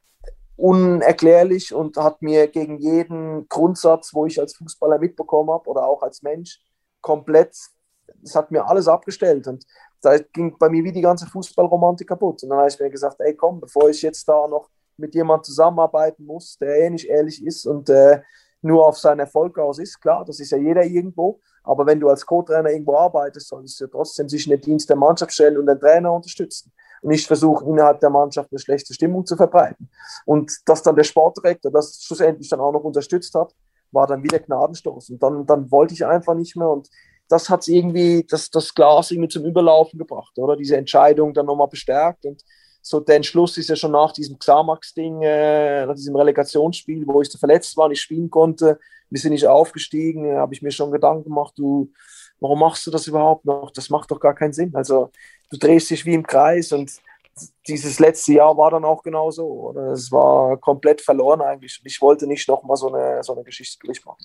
unerklärlich und hat mir gegen jeden Grundsatz, wo ich als Fußballer mitbekommen habe oder auch als Mensch, komplett. Das hat mir alles abgestellt und da ging bei mir wie die ganze Fußballromantik kaputt. Und dann habe ich mir gesagt, ey komm, bevor ich jetzt da noch mit jemandem zusammenarbeiten muss, der eh nicht ehrlich ist und äh, nur auf seinen Erfolg aus ist, klar, das ist ja jeder irgendwo, aber wenn du als Co-Trainer irgendwo arbeitest, solltest du trotzdem sich in den Dienst der Mannschaft stellen und den Trainer unterstützen und nicht versuchen, innerhalb der Mannschaft eine schlechte Stimmung zu verbreiten. Und dass dann der Sportdirektor das schlussendlich dann auch noch unterstützt hat, war dann wieder Gnadenstoß. Und dann, dann wollte ich einfach nicht mehr und das hat irgendwie das, das Glas irgendwie zum Überlaufen gebracht, oder? Diese Entscheidung dann nochmal bestärkt. Und so der Entschluss ist ja schon nach diesem Xamax-Ding, äh, nach diesem Relegationsspiel, wo ich so verletzt war, nicht spielen konnte, wir sind nicht aufgestiegen, äh, habe ich mir schon Gedanken gemacht, du, warum machst du das überhaupt noch? Das macht doch gar keinen Sinn. Also du drehst dich wie im Kreis und dieses letzte Jahr war dann auch genau so. Oder? Es war komplett verloren eigentlich. Ich wollte nicht nochmal so eine, so eine Geschichte durchmachen.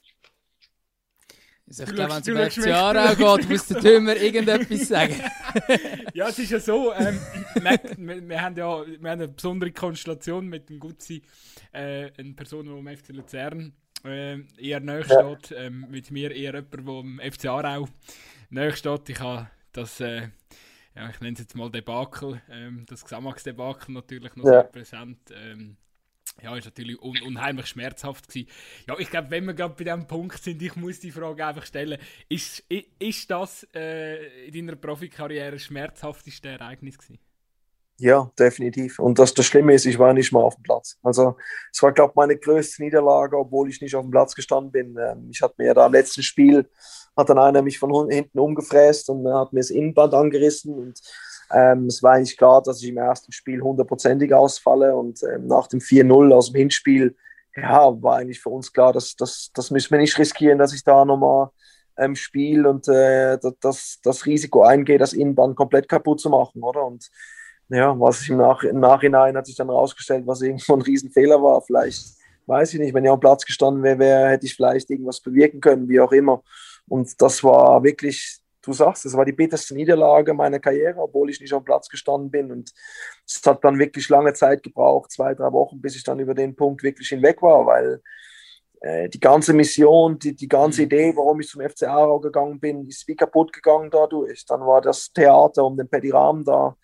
Also ich glaube, wenn es um F C Aarau geht, muss der Tümer irgendetwas sagen. Ja, es ist ja so, ähm, wir, wir, wir haben ja wir haben eine besondere Konstellation mit dem Gutzi, äh, eine Person, die am F C Luzern äh, eher nahe steht, äh, mit mir eher jemand, der am F C Aarau nahe steht. Ich habe das, äh, ja, ich nenne es jetzt mal Debakel, ähm, das Xamax-Debakel natürlich noch ja. sehr präsent. Ähm, Ja, ist natürlich un unheimlich schmerzhaft gewesen. Ja, ich glaube, wenn wir gerade bei diesem Punkt sind, ich muss die Frage einfach stellen, ist, ist das äh, in deiner Profikarriere das schmerzhafteste Ereignis gewesen? Ja, definitiv. Und das, das Schlimme ist, ich war nicht mal auf dem Platz. Also es war, glaube ich, meine größte Niederlage, obwohl ich nicht auf dem Platz gestanden bin. Ähm, ich hatte mir ja da im letzten Spiel, hat dann einer mich von hinten umgefräst und hat mir das Innenband angerissen und Ähm, es war eigentlich klar, dass ich im ersten Spiel hundertprozentig ausfalle und ähm, nach dem vier null aus dem Hinspiel, ja, war eigentlich für uns klar, dass das, das müssen wir nicht riskieren, dass ich da nochmal ähm, spiele und äh, das, das Risiko eingehe, das Innenband komplett kaputt zu machen, oder? Und ja, was ich im, Nach im Nachhinein hat sich dann rausgestellt, was irgendwo ein Riesenfehler war. Vielleicht, weiß ich nicht, wenn ich auf dem Platz gestanden wäre, wär, hätte ich vielleicht irgendwas bewirken können, wie auch immer. Und das war wirklich... Du sagst, es war die bitterste Niederlage meiner Karriere, obwohl ich nicht auf dem Platz gestanden bin. Und es hat dann wirklich lange Zeit gebraucht, zwei, drei Wochen, bis ich dann über den Punkt wirklich hinweg war, weil äh, die ganze Mission, die, die ganze Idee, warum ich zum F C Aarau gegangen bin, ist wie kaputt gegangen dadurch. Dann war das Theater um den Paddy Rahm da.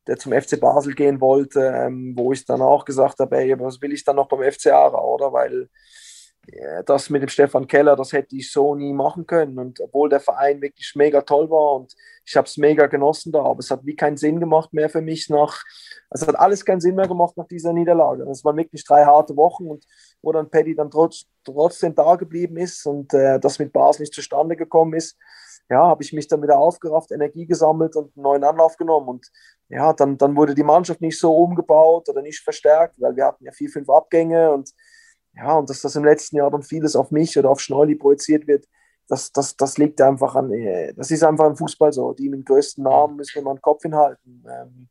der zum F C Basel gehen wollte, ähm, wo ich dann auch gesagt habe, ey, was will ich dann noch beim F C Aarau, oder? Weil äh, das mit dem Stefan Keller, das hätte ich so nie machen können. Und obwohl der Verein wirklich mega toll war und ich habe es mega genossen da, aber es hat wie keinen Sinn gemacht mehr für mich nach, es hat alles keinen Sinn mehr gemacht nach dieser Niederlage. Es waren wirklich drei harte Wochen und wo dann Paddy dann trotz, trotzdem da geblieben ist und äh, das mit Basel nicht zustande gekommen ist, ja, habe ich mich dann wieder aufgerafft, Energie gesammelt und einen neuen Anlauf genommen. Und ja, dann, dann wurde die Mannschaft nicht so umgebaut oder nicht verstärkt, weil wir hatten ja vier, fünf Abgänge und ja, und dass das im letzten Jahr dann vieles auf mich oder auf Schneuli projiziert wird, das, das, das liegt einfach an, das ist einfach im Fußball so. Die mit dem größten Namen müssen immer den Kopf hinhalten.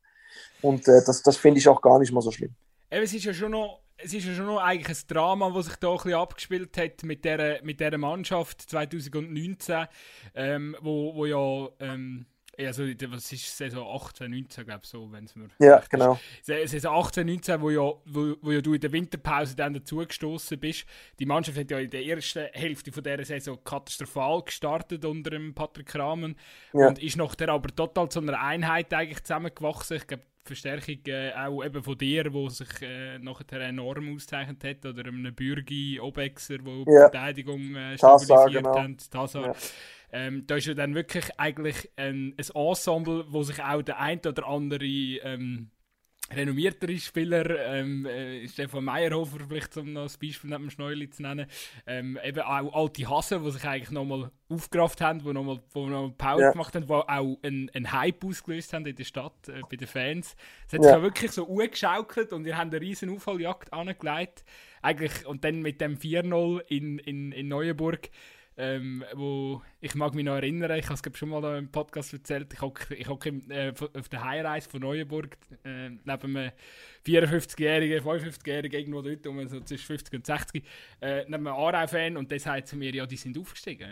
Und äh, das, das finde ich auch gar nicht mal so schlimm. Eben, es ist ja schon noch, es ist ja schon noch eigentlich ein Drama, das sich da ein bisschen abgespielt hat mit dieser, mit dieser Mannschaft zwanzig neunzehn, ähm, wo, wo ja, ähm, also was ist Saison achtzehn neunzehn, glaube ich, so, wenn es mir ja, genau. ist. Saison achtzehn neunzehn, wo ja, wo, wo ja du in der Winterpause dann dazugestoßen bist. Die Mannschaft hat ja in der ersten Hälfte von dieser Saison katastrophal gestartet unter dem Patrick Rahmen ja. und ist nachher aber total zu einer Einheit eigentlich zusammengewachsen. Ich glaube, Verstärkung äh, auch eben von dir, wo sich äh, nachher enorm ausgezeichnet hat, oder einem Bürgi, Obexer, wo die ja. Verteidigung äh, stabilisiert genau. haben, Tasa. Ja. Ähm, da ist ja dann wirklich eigentlich ein, ein Ensemble, wo sich auch der ein oder andere ähm, renommiertere Spieler, ähm, äh, Stefan Meyerhofer vielleicht, um noch ein Beispiel neben dem Schneuli zu nennen, ähm, eben auch alte Hasen, die sich eigentlich nochmal aufgerafft haben, die nochmal noch Power ja. gemacht haben, die auch einen, einen Hype ausgelöst haben in der Stadt, äh, bei den Fans. Es hat ja. sich ja wirklich so angeschaukelt und wir haben eine riesen Aufholjagd angelegt. Eigentlich, und dann mit dem vier null in, in, in Neuenburg, Ähm, wo ich mag mich noch erinnern, ich habe es schon mal im Podcast erzählt, ich hocke ich hock, äh, auf der Heimreise von Neuenburg äh, neben einem vierundfünfzigjährigen, fünfundfünfzigjährigen irgendwo dort, um so zwischen fünfzig und sechzig, äh, neben einem Aarau-Fan, und der sagt zu mir, ja, die sind aufgestiegen.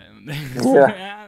Ja.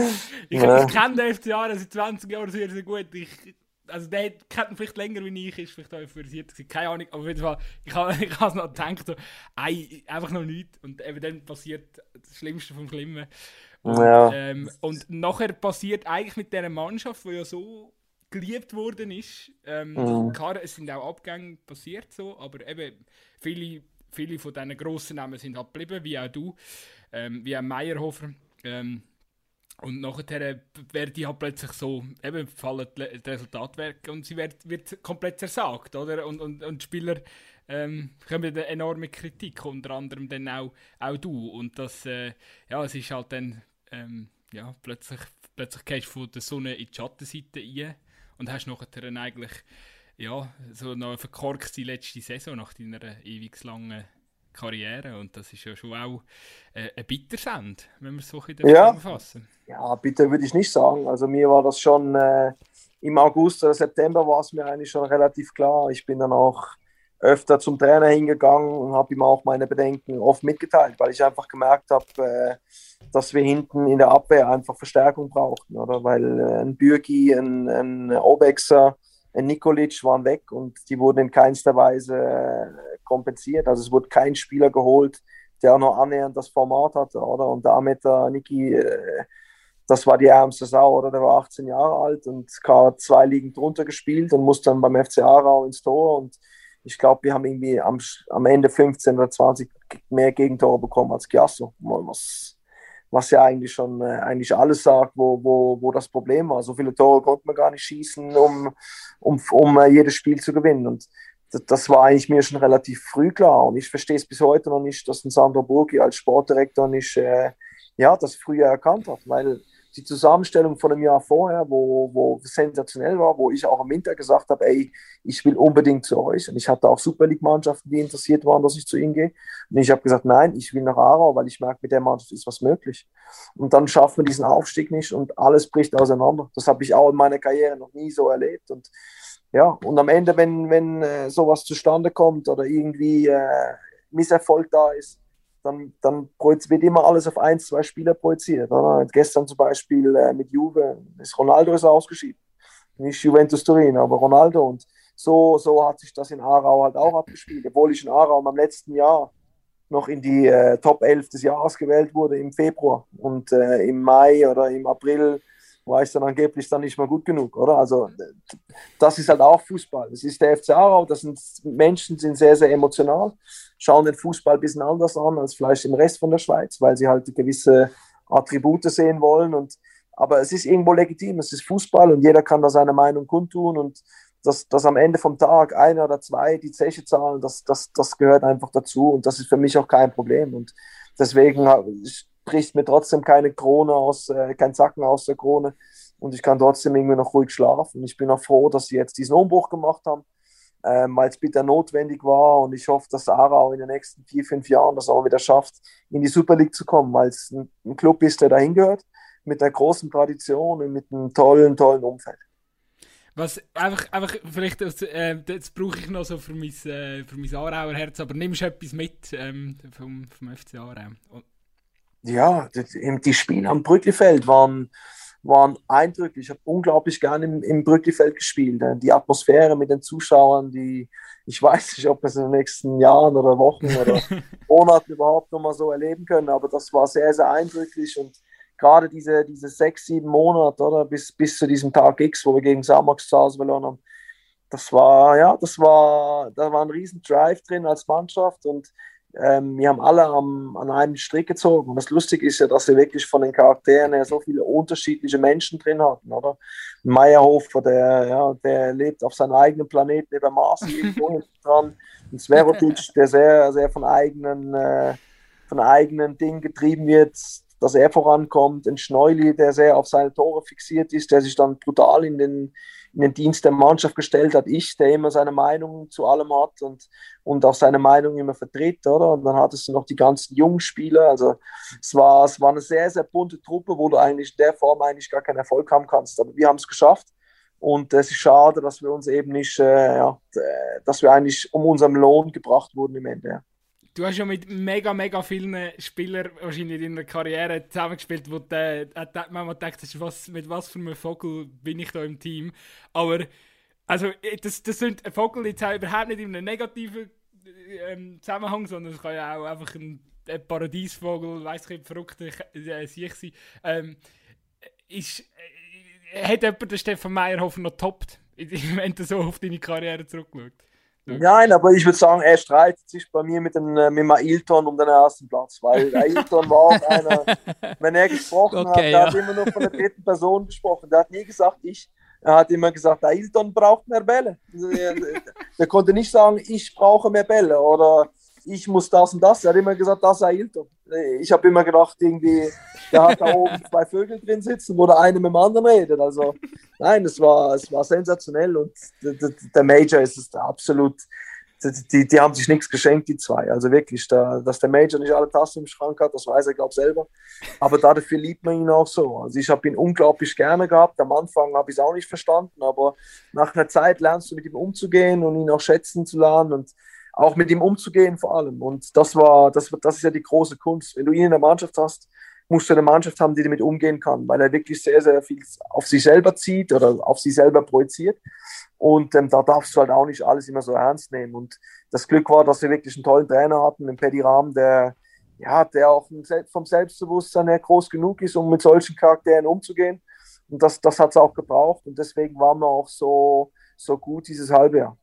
ich ja. ich kenne den F C Aarau seit zwanzig Jahren sehr, sehr gut. Ich, Also der kennt ihn vielleicht länger wie ich, ist vielleicht auch euphorisiert gewesen, keine Ahnung, aber auf jeden Fall, ich habe ich es noch gedacht, so, ey, einfach noch nichts, und eben dann passiert das Schlimmste vom Schlimmen. Und, ja. ähm, und nachher passiert eigentlich mit dieser Mannschaft, die ja so geliebt worden ist, ähm, mhm. klar, es sind auch Abgänge passiert, so, aber eben viele, viele von diesen grossen Namen sind halt geblieben, wie auch du, ähm, wie auch Meyerhofer, ähm, und nachher werden die halt plötzlich so, eben fallen die Resultate weg und sie wird, wird komplett zersagt, oder? Und, und, und die Spieler ähm, kommen eine enorme Kritik, unter anderem dann auch, auch du. Und das, äh, ja, es ist halt dann, ähm, ja, plötzlich, plötzlich gehst du von der Sonne in die Schattenseite rein und hast nachher dann eigentlich, ja, so noch eine verkorkste letzte Saison nach deiner ewig langen Karriere, und das ist ja schon auch äh, ein Bittersend, wenn wir es so in der ja. fassen. Ja, bitte würde ich nicht sagen. Also mir war das schon äh, im August oder September war es mir eigentlich schon relativ klar. Ich bin dann auch öfter zum Trainer hingegangen und habe ihm auch meine Bedenken oft mitgeteilt, weil ich einfach gemerkt habe, äh, dass wir hinten in der Abwehr einfach Verstärkung brauchten, oder? Weil äh, ein Bürgi, ein, ein Obexer, ein Nikolic waren weg und die wurden in keinster Weise äh, kompensiert. Also es wurde kein Spieler geholt, der auch noch annähernd das Format hatte, oder? Und damit der Niki, äh, das war die ärmste Sau, oder? Der war achtzehn Jahre alt und hat zwei Ligen drunter gespielt und musste dann beim F C Aarau ins Tor. Und ich glaube, wir haben irgendwie am, am Ende fünfzehn oder zwanzig mehr Gegentore bekommen als Chiasso. Was, was ja eigentlich schon äh, eigentlich alles sagt, wo, wo, wo das Problem war. So viele Tore konnte man gar nicht schießen, um, um, um äh, jedes Spiel zu gewinnen. Und das, das war eigentlich mir schon relativ früh klar. Und ich verstehe es bis heute noch nicht, dass ein Sandro Burgi als Sportdirektor nicht äh, ja, das früher erkannt hat. Weil die Zusammenstellung von einem Jahr vorher, wo, wo sensationell war, wo ich auch im Winter gesagt habe, ey, ich will unbedingt zu euch. Und ich hatte auch Super League-Mannschaften, die interessiert waren, dass ich zu ihnen gehe. Und ich habe gesagt, nein, ich will nach Aarau, weil ich merke, mit der Mannschaft ist was möglich. Und dann schaffen wir diesen Aufstieg nicht und alles bricht auseinander. Das habe ich auch in meiner Karriere noch nie so erlebt. Und ja, und am Ende, wenn, wenn äh, sowas zustande kommt oder irgendwie äh, Misserfolg da ist, Dann, dann wird immer alles auf ein, zwei Spieler projiziert. Oder? Gestern zum Beispiel äh, mit Juve ist Ronaldo ist ausgeschieden. Nicht Juventus Turin, aber Ronaldo. Und so, so hat sich das in Aarau halt auch abgespielt. Obwohl ich in Aarau im letzten Jahr noch in die äh, Top elf des Jahres gewählt wurde im Februar. Und äh, im Mai oder im April war ich dann angeblich dann nicht mehr gut genug, oder? Also das ist halt auch Fußball. Das ist der F C Aarau, das sind Menschen, sind sehr, sehr emotional, schauen den Fußball ein bisschen anders an als vielleicht im Rest von der Schweiz, weil sie halt gewisse Attribute sehen wollen. Und, aber es ist irgendwo legitim, es ist Fußball und jeder kann da seine Meinung kundtun und dass, dass am Ende vom Tag einer oder zwei die Zeche zahlen, das, das, das gehört einfach dazu und das ist für mich auch kein Problem. Und deswegen bricht mir trotzdem keine Krone aus, äh, kein Zacken aus der Krone und ich kann trotzdem irgendwie noch ruhig schlafen. Ich bin auch froh, dass sie jetzt diesen Umbruch gemacht haben, ähm, weil es bitter notwendig war und ich hoffe, dass Aarau in den nächsten vier, fünf Jahren das auch wieder schafft, in die Super League zu kommen, weil es ein, ein Club ist, der dahin gehört, mit einer großen Tradition und mit einem tollen, tollen Umfeld. Was einfach, einfach vielleicht, äh, das brauche ich noch so für mein, äh, für mein Aarauer Herz, aber nimmst du etwas mit ähm, vom, vom F C Aarau? Und ja, die, die Spiele am Brücklifeld waren, waren eindrücklich. Ich habe unglaublich gerne im, im Brücklifeld gespielt. Die Atmosphäre mit den Zuschauern, die, ich weiß nicht, ob wir es in den nächsten Jahren oder Wochen oder Monaten überhaupt noch mal so erleben können, aber das war sehr, sehr eindrücklich und gerade diese, diese sechs, sieben Monate, oder, bis, bis zu diesem Tag X, wo wir gegen Samax zu Hause verloren haben, das war, ja, das war, da war ein riesen Drive drin als Mannschaft und ähm, wir haben alle am, an einem Strick gezogen. Und das Lustige ist ja, dass wir wirklich von den Charakteren her so viele unterschiedliche Menschen drin hatten, oder? Meyerhofer, der, ja, der lebt auf seinem eigenen Planeten neben Mars irgendwo hinten dran. Und Sverotic, der sehr, sehr von eigenen, äh, von eigenen Dingen getrieben wird, dass er vorankommt. Ein Schneuli, der sehr auf seine Tore fixiert ist, der sich dann brutal in den, in den Dienst der Mannschaft gestellt hat. Ich, der immer seine Meinung zu allem hat und, und auch seine Meinung immer vertritt, oder? Und dann hattest du noch die ganzen jungen Spieler. Also es war, es war eine sehr, sehr bunte Truppe, wo du eigentlich in der Form eigentlich gar keinen Erfolg haben kannst. Aber wir haben es geschafft. Und es ist schade, dass wir uns eben nicht, äh, ja, dass wir eigentlich um unseren Lohn gebracht wurden im Ende. Ja. Du hast ja mit mega, mega vielen Spielern wahrscheinlich in deiner Karriere zusammengespielt, wo du äh, manchmal gedacht hast, was, mit was für einem Vogel bin ich da im Team. Aber also, das, das sind ein Vogel jetzt auch überhaupt nicht in einem negativen ähm, Zusammenhang, sondern es kann ja auch einfach ein, ein Paradiesvogel, weiss ich, verrückter äh, Sieg sein. Ähm, ist, äh, hat jemand den Stefan Meyerhofer noch getoppt, wenn du so auf deine Karriere zurückschaust? Nein, aber ich würde sagen, er streitet sich bei mir mit dem, mit dem Ailton um den ersten Platz, weil Ailton war auch einer, wenn er gesprochen okay, hat, der ja. hat immer nur von der dritten Person gesprochen, der hat nie gesagt, ich, er hat immer gesagt, Ailton braucht mehr Bälle. Der, der konnte nicht sagen, ich brauche mehr Bälle oder ich muss das und das, er hat immer gesagt, das ist Ailton. Ich habe immer gedacht, irgendwie, der hat da oben zwei Vögel drin sitzen, wo der eine mit dem anderen redet. Also, nein, es war, es war sensationell und der, der Major ist es absolut, die, die haben sich nichts geschenkt, die zwei. Also wirklich, da, dass der Major nicht alle Tassen im Schrank hat, das weiß er, glaube ich, selber. Aber dafür liebt man ihn auch so. Also, ich habe ihn unglaublich gerne gehabt. Am Anfang habe ich es auch nicht verstanden, aber nach einer Zeit lernst du mit ihm umzugehen und ihn auch schätzen zu lernen und auch mit ihm umzugehen vor allem. Und das war, das, das ist ja die große Kunst. Wenn du ihn in der Mannschaft hast, musst du eine Mannschaft haben, die damit umgehen kann, weil er wirklich sehr, sehr viel auf sich selber zieht oder auf sich selber projiziert. Und ähm, da darfst du halt auch nicht alles immer so ernst nehmen. Und das Glück war, dass wir wirklich einen tollen Trainer hatten, den Paddy Rahm, der, ja, der auch vom Selbstbewusstsein her groß genug ist, um mit solchen Charakteren umzugehen. Und das, das hat es auch gebraucht. Und deswegen waren wir auch so, so gut dieses halbe Jahr.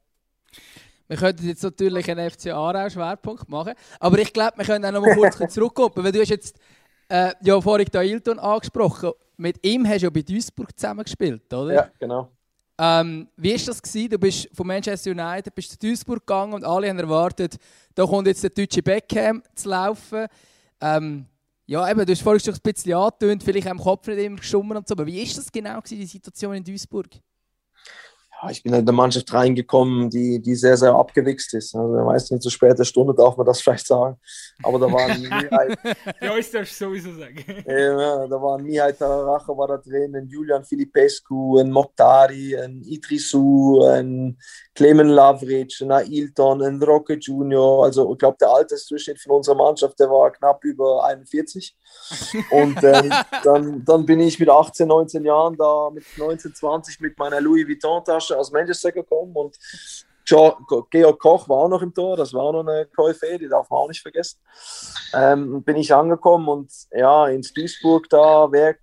Wir könnten jetzt natürlich einen F C Aarau-Schwerpunkt machen, aber ich glaube, wir können auch noch mal kurz zurückkommen, weil du hast jetzt äh, ja, vorhin den Ailton angesprochen. Mit ihm hast du ja bei Duisburg zusammengespielt, oder? Ja, genau. Ähm, wie war das gewesen? Du bist von Manchester United bist zu Duisburg gegangen und alle haben erwartet, da kommt jetzt der deutsche Beckham zu laufen. Ähm, ja, eben, du hast vorhin schon ein bisschen angetönt, vielleicht am Kopf nicht immer geschummert und so, aber wie war das genau gewesen, die Situation in Duisburg? Ich bin in der Mannschaft reingekommen, die, die sehr, sehr abgewichst ist. Also, ich weiß nicht, zu später Stunde darf man das vielleicht sagen. Aber da waren Mihai. Ja, ich darf sowieso sagen. Ja, da waren Mihai Tararache war da drin, ein Julian Filipescu, ein Mokhtari, ein Idrissou, ein Clemen Lavric, ein Ailton, ein Roque Junior. Also, ich glaube, der Altersdurchschnitt von unserer Mannschaft, der war knapp über einundvierzig. Und ähm, dann, dann bin ich mit achtzehn, neunzehn Jahren da, mit neunzehn, zwanzig mit meiner Louis Vuitton-Tasche aus Manchester gekommen und Georg Koch war auch noch im Tor, das war auch noch eine Koryphäe, die darf man auch nicht vergessen. Ähm, bin ich angekommen und ja, ins Duisburg da, Werk,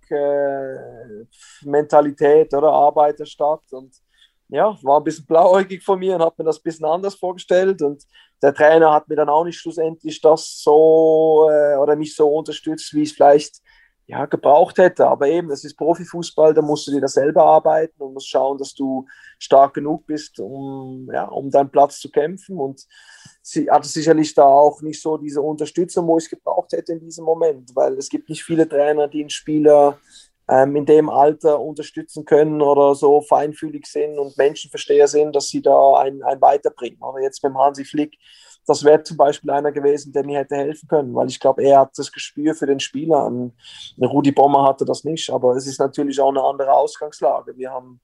äh, Mentalität oder Arbeiterstadt und ja, war ein bisschen blauäugig von mir und habe mir das ein bisschen anders vorgestellt und der Trainer hat mir dann auch nicht schlussendlich das so äh, oder mich so unterstützt, wie es vielleicht ja, gebraucht hätte. Aber eben, das ist Profifußball, da musst du dir das selber arbeiten und musst schauen, dass du stark genug bist, um, ja, um deinen Platz zu kämpfen. Und sie hatte sicherlich da auch nicht so diese Unterstützung, wo ich es gebraucht hätte in diesem Moment, weil es gibt nicht viele Trainer, die einen Spieler ähm, in dem Alter unterstützen können oder so feinfühlig sind und Menschenversteher sind, dass sie da einen, einen weiterbringen. Aber jetzt mit dem Hansi Flick, das wäre zum Beispiel einer gewesen, der mir hätte helfen können, weil ich glaube, er hat das Gespür für den Spieler. Ein Rudi Bommer hatte das nicht, aber es ist natürlich auch eine andere Ausgangslage. Wir haben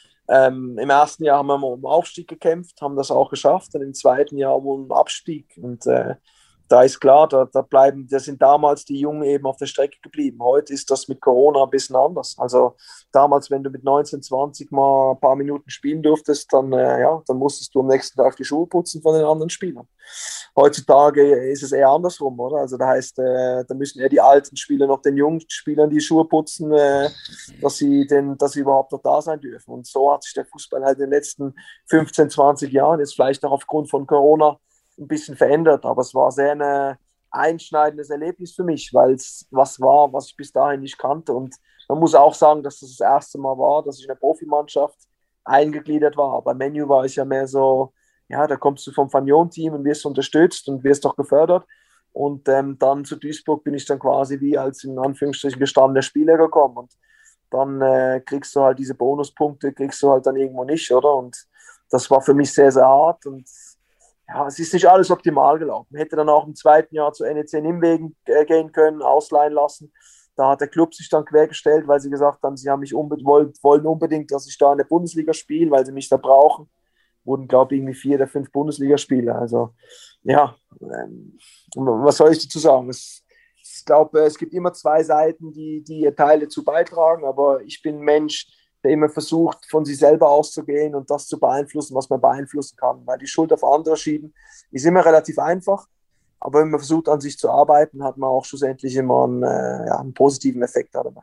ähm, im ersten Jahr haben wir um Aufstieg gekämpft, haben das auch geschafft, und im zweiten Jahr um Abstieg. Und äh, da ist klar, da, da bleiben, da sind damals die Jungen eben auf der Strecke geblieben. Heute ist das mit Corona ein bisschen anders. Also damals, wenn du mit neunzehn, zwanzig mal ein paar Minuten spielen durftest, dann, äh, ja, dann musstest du am nächsten Tag die Schuhe putzen von den anderen Spielern. Heutzutage ist es eher andersrum, oder? Also da heißt, äh, da müssen eher die alten Spieler noch den jungen Spielern die Schuhe putzen, äh, dass sie den, dass sie überhaupt noch da sein dürfen. Und so hat sich der Fußball halt in den letzten fünfzehn, zwanzig Jahren, jetzt vielleicht auch aufgrund von Corona, ein bisschen verändert, aber es war sehr ein einschneidendes Erlebnis für mich, weil es was war, was ich bis dahin nicht kannte. Und man muss auch sagen, dass das das erste Mal war, dass ich in der Profimannschaft eingegliedert war. Bei Man U war ich ja mehr so, ja, da kommst du vom Fanion-Team und wirst unterstützt und wirst doch gefördert. Und ähm, dann zu Duisburg bin ich dann quasi wie als in Anführungsstrichen gestandener Spieler gekommen. Und dann äh, kriegst du halt diese Bonuspunkte, kriegst du halt dann irgendwo nicht, oder? Und das war für mich sehr, sehr hart und ja, es ist nicht alles optimal gelaufen. Hätte dann auch im zweiten Jahr zu N E C Nimwegen äh, gehen können, ausleihen lassen. Da hat der Club sich dann quergestellt, weil sie gesagt haben, sie haben mich unbe- wollen, wollen unbedingt, dass ich da in der Bundesliga spiele, weil sie mich da brauchen. Wurden, glaube ich, irgendwie vier oder fünf Bundesligaspiele. Also, ja, ähm, was soll ich dazu sagen? Es, ich glaube, es gibt immer zwei Seiten, die, die ihr Teil dazu beitragen, aber ich bin ein Mensch, der immer versucht, von sich selber auszugehen und das zu beeinflussen, was man beeinflussen kann. Weil die Schuld auf andere schieben ist immer relativ einfach, aber wenn man versucht, an sich zu arbeiten, hat man auch schlussendlich immer einen, äh, ja, einen positiven Effekt dabei.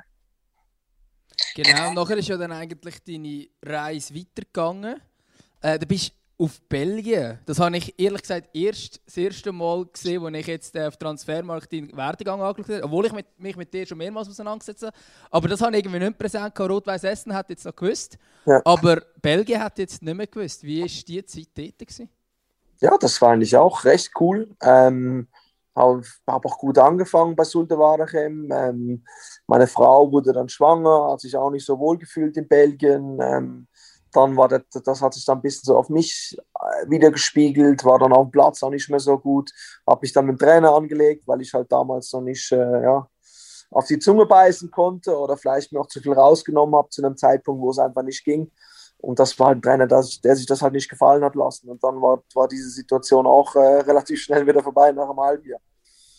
Genau, nachher ist ja dann eigentlich deine Reise weitergegangen. Äh, du bist auf Belgien. Das habe ich ehrlich gesagt erst das erste Mal gesehen, als ich jetzt äh, auf Transfermarkt den Werdegang angeschaut habe. Obwohl ich mit, mich mit dir schon mehrmals auseinandergesetzt habe. Aber das habe ich irgendwie nicht präsent gehabt. Rot-Weiss Essen hat jetzt noch gewusst. Ja. Aber Belgien hat jetzt nicht mehr gewusst. Wie war die Zeit dort gewesen? Ja, das war eigentlich auch recht cool. Ähm, habe hab auch gut angefangen bei Zulte Waregem. Ähm, meine Frau wurde dann schwanger, hat sich auch nicht so wohl gefühlt in Belgien. Ähm, Dann war das, das hat sich dann ein bisschen so auf mich wieder gespiegelt, war dann auf dem Platz auch nicht mehr so gut. Habe mich dann mit dem Trainer angelegt, weil ich halt damals noch nicht äh, ja, auf die Zunge beißen konnte oder vielleicht mir auch zu viel rausgenommen habe zu einem Zeitpunkt, wo es einfach nicht ging. Und das war halt ein Trainer, der, der sich das halt nicht gefallen hat lassen. Und dann war, war diese Situation auch äh, relativ schnell wieder vorbei nach einem halben Jahr.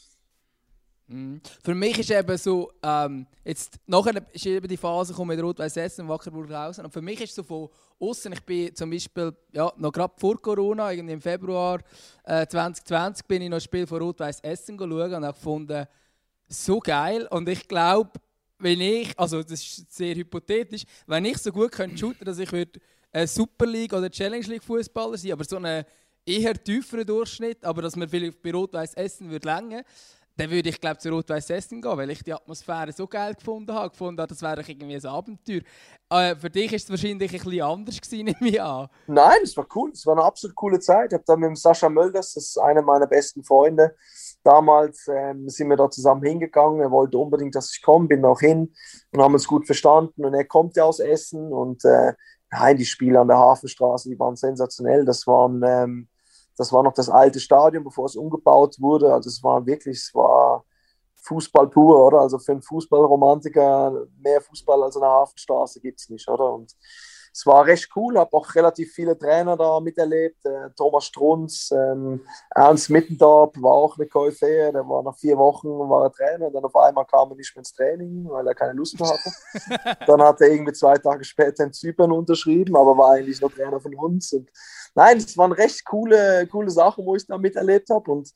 Mm. Für mich ist eben so, ähm, jetzt nachher ist eben die Phase gekommen mit Rot-Weiss Essen und Wackerburg Lausanne. Und für mich ist es so von außen, ich bin zum Beispiel, ja, noch gerade vor Corona, irgendwie im Februar äh, zwanzig zwanzig, bin ich noch ein Spiel von Rot-Weiss Essen schauen und habe gefunden, so geil. Und ich glaube, wenn ich, also das ist sehr hypothetisch, wenn ich so gut könnte shooten, dass ich würde eine Super League oder Challenge League Fußballer sein, aber so einen eher tieferen Durchschnitt, aber dass man vielleicht bei Rot-Weiss Essen würde länger, dann würde ich glaube zu Rot-Weiss Essen gehen, weil ich die Atmosphäre so geil gefunden habe, gefunden habe, das wäre irgendwie ein Abenteuer. Äh, für dich war es wahrscheinlich ein bisschen anders gewesen, nehme ich an. Nein, es war cool, es war eine absolut coole Zeit. Ich habe da mit dem Sascha Mölders, das ist einer meiner besten Freunde, damals ähm, sind wir da zusammen hingegangen. Er wollte unbedingt, dass ich komme, bin auch hin und haben uns gut verstanden. Und er kommt ja aus Essen und äh, nein, die Spiele an der Hafenstraße, die waren sensationell. Das waren ähm, Das war noch das alte Stadion, bevor es umgebaut wurde. Also es war wirklich, es war Fußball pur, oder? Also für einen Fußballromantiker mehr Fußball als eine Hafenstraße gibt es nicht, oder? Und es war recht cool, habe auch relativ viele Trainer da miterlebt. Äh, Thomas Strunz, ähm, Ernst Mittendorf war auch eine Koryphäe, der war nach vier Wochen war er Trainer, dann auf einmal kam er nicht mehr ins Training, weil er keine Lust mehr hatte. Dann hat er irgendwie zwei Tage später in Zypern unterschrieben, aber war eigentlich noch Trainer von uns. Und nein, es waren recht coole, coole Sachen, wo ich da miterlebt habe. Und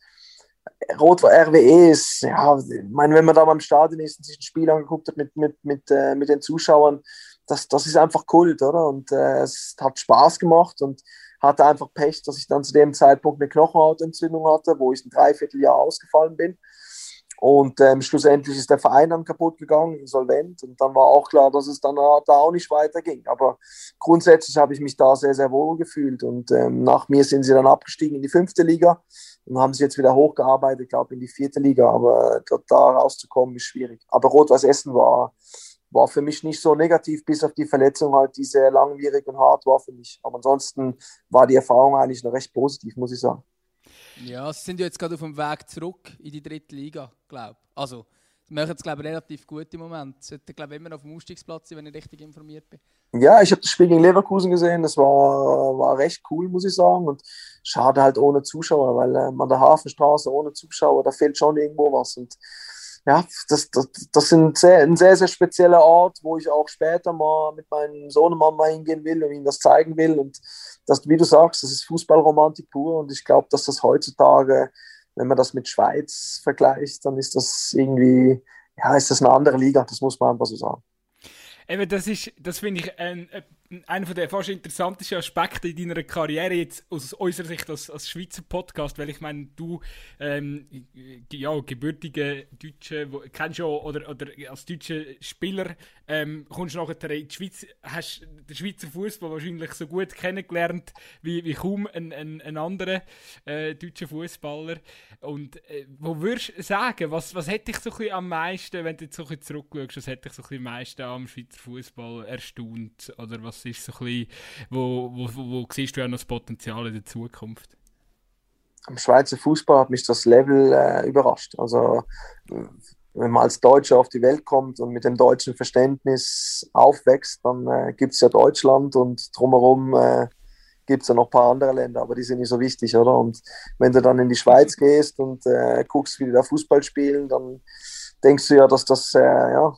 Rot R W E ist, ja, ich meine, wenn man da mal im Stadion ist und sich ein Spiel angeguckt hat mit, mit, mit, äh, mit den Zuschauern, das, das ist einfach Kult, oder? Und äh, es hat Spaß gemacht und hatte einfach Pech, dass ich dann zu dem Zeitpunkt eine Knochenhautentzündung hatte, wo ich ein Dreivierteljahr ausgefallen bin. Und ähm, schlussendlich ist der Verein dann kaputt gegangen, insolvent. Und dann war auch klar, dass es dann da auch nicht weiterging. Aber grundsätzlich habe ich mich da sehr, sehr wohl gefühlt. Und ähm, nach mir sind sie dann abgestiegen in die fünfte Liga und haben sich jetzt wieder hochgearbeitet, glaube ich, in die vierte Liga. Aber da, da rauszukommen ist schwierig. Aber Rot-Weiß Essen war, war für mich nicht so negativ, bis auf die Verletzung halt, die sehr langwierig und hart war für mich. Aber ansonsten war die Erfahrung eigentlich noch recht positiv, muss ich sagen. Ja, sie sind ja jetzt gerade auf dem Weg zurück in die dritte Liga, glaube ich. Also, sie machen es, glaube ich, relativ gut im Moment. Sie sollten, glaube ich, immer auf dem Ausstiegsplatz sein, wenn ich richtig informiert bin. Ja, ich habe das Spiel gegen Leverkusen gesehen. Das war, war recht cool, muss ich sagen. Und schade halt ohne Zuschauer, weil ähm, an der Hafenstraße ohne Zuschauer, da fehlt schon irgendwo was. Und ja, das, das, das ist ein sehr, ein sehr, sehr spezieller Ort, wo ich auch später mal mit meinem Sohnemann mal hingehen will und ihm das zeigen will. Und das, wie du sagst, das ist Fußballromantik pur. Und ich glaube, dass das heutzutage, wenn man das mit Schweiz vergleicht, dann ist das irgendwie, ja, ist das eine andere Liga. Das muss man einfach so sagen. Eben, das ist, das finde ich ein, ein, einer der fast interessantesten Aspekte in deiner Karriere jetzt aus unserer Sicht als, als Schweizer Podcast, weil ich meine, du ähm, ja, gebürtige Deutsche, wo, kennst ja, oder, oder als deutscher Spieler ähm, kommst du nachher in die Schweiz, hast den Schweizer Fußball wahrscheinlich so gut kennengelernt wie, wie kaum ein, ein, ein anderer äh, deutscher Fußballer. Und äh, wo würdest du sagen, was, was hätte dich so ein bisschen am meisten, wenn du jetzt so ein bisschen zurückschaust, was hätte dich so ein bisschen am meisten am Schweizer Fußball erstaunt? Oder was ist so ein bisschen, wo, wo, wo, wo siehst du ja noch das Potenzial in der Zukunft? Am Schweizer Fußball hat mich das Level äh, überrascht. Also wenn man als Deutscher auf die Welt kommt und mit dem deutschen Verständnis aufwächst, dann äh, gibt es ja Deutschland und drumherum äh, gibt es ja noch ein paar andere Länder, aber die sind nicht so wichtig, oder? Und wenn du dann in die Schweiz gehst und äh, guckst, wie die da Fußball spielen, dann denkst du ja, dass das äh, ja,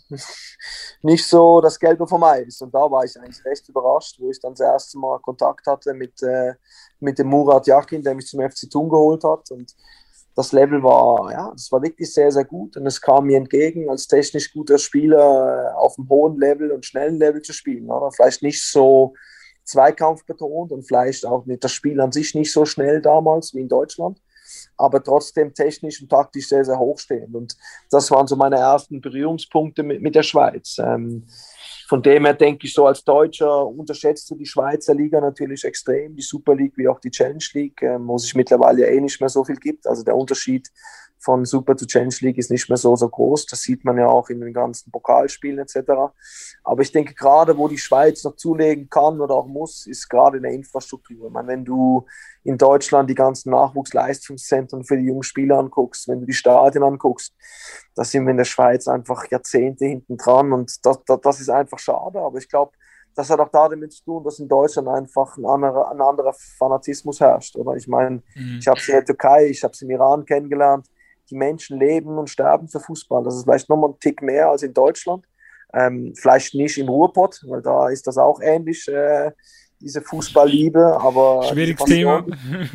nicht so das Gelbe vom Ei ist. Und da war ich eigentlich recht überrascht, wo ich dann das erste Mal Kontakt hatte mit, äh, mit dem Murat Yakin, der mich zum F C Thun geholt hat. Und das Level war, ja, das war wirklich sehr, sehr gut. Und es kam mir entgegen, als technisch guter Spieler äh, auf einem hohen Level und schnellen Level zu spielen. Oder? Vielleicht nicht so zweikampfbetont und vielleicht auch mit das Spiel an sich nicht so schnell damals wie in Deutschland, aber trotzdem technisch und taktisch sehr, sehr hochstehend. Und das waren so meine ersten Berührungspunkte mit, mit der Schweiz. Ähm, von dem her denke ich, so als Deutscher unterschätzte die Schweizer Liga natürlich extrem, die Super League wie auch die Challenge League, ähm, wo sich mittlerweile ja eh nicht mehr so viel gibt. Also der Unterschied von Super zu Challenge League ist nicht mehr so, so groß. Das sieht man ja auch in den ganzen Pokalspielen et cetera. Aber ich denke, gerade wo die Schweiz noch zulegen kann oder auch muss, ist gerade in der Infrastruktur. Ich meine, wenn du in Deutschland die ganzen Nachwuchsleistungszentren für die jungen Spieler anguckst, wenn du die Stadien anguckst, da sind wir in der Schweiz einfach Jahrzehnte hinten dran und das, das, das ist einfach schade. Aber ich glaube, das hat auch damit zu tun, dass in Deutschland einfach ein anderer, ein anderer Fanatismus herrscht. Oder? Ich meine, mhm. ich habe es in der Türkei, ich habe es im Iran kennengelernt. Die Menschen leben und sterben für Fußball. Das ist vielleicht nochmal ein Tick mehr als in Deutschland. Ähm, vielleicht nicht im Ruhrpott, weil da ist das auch ähnlich, äh, diese Fußballliebe. Aber schwieriges Thema.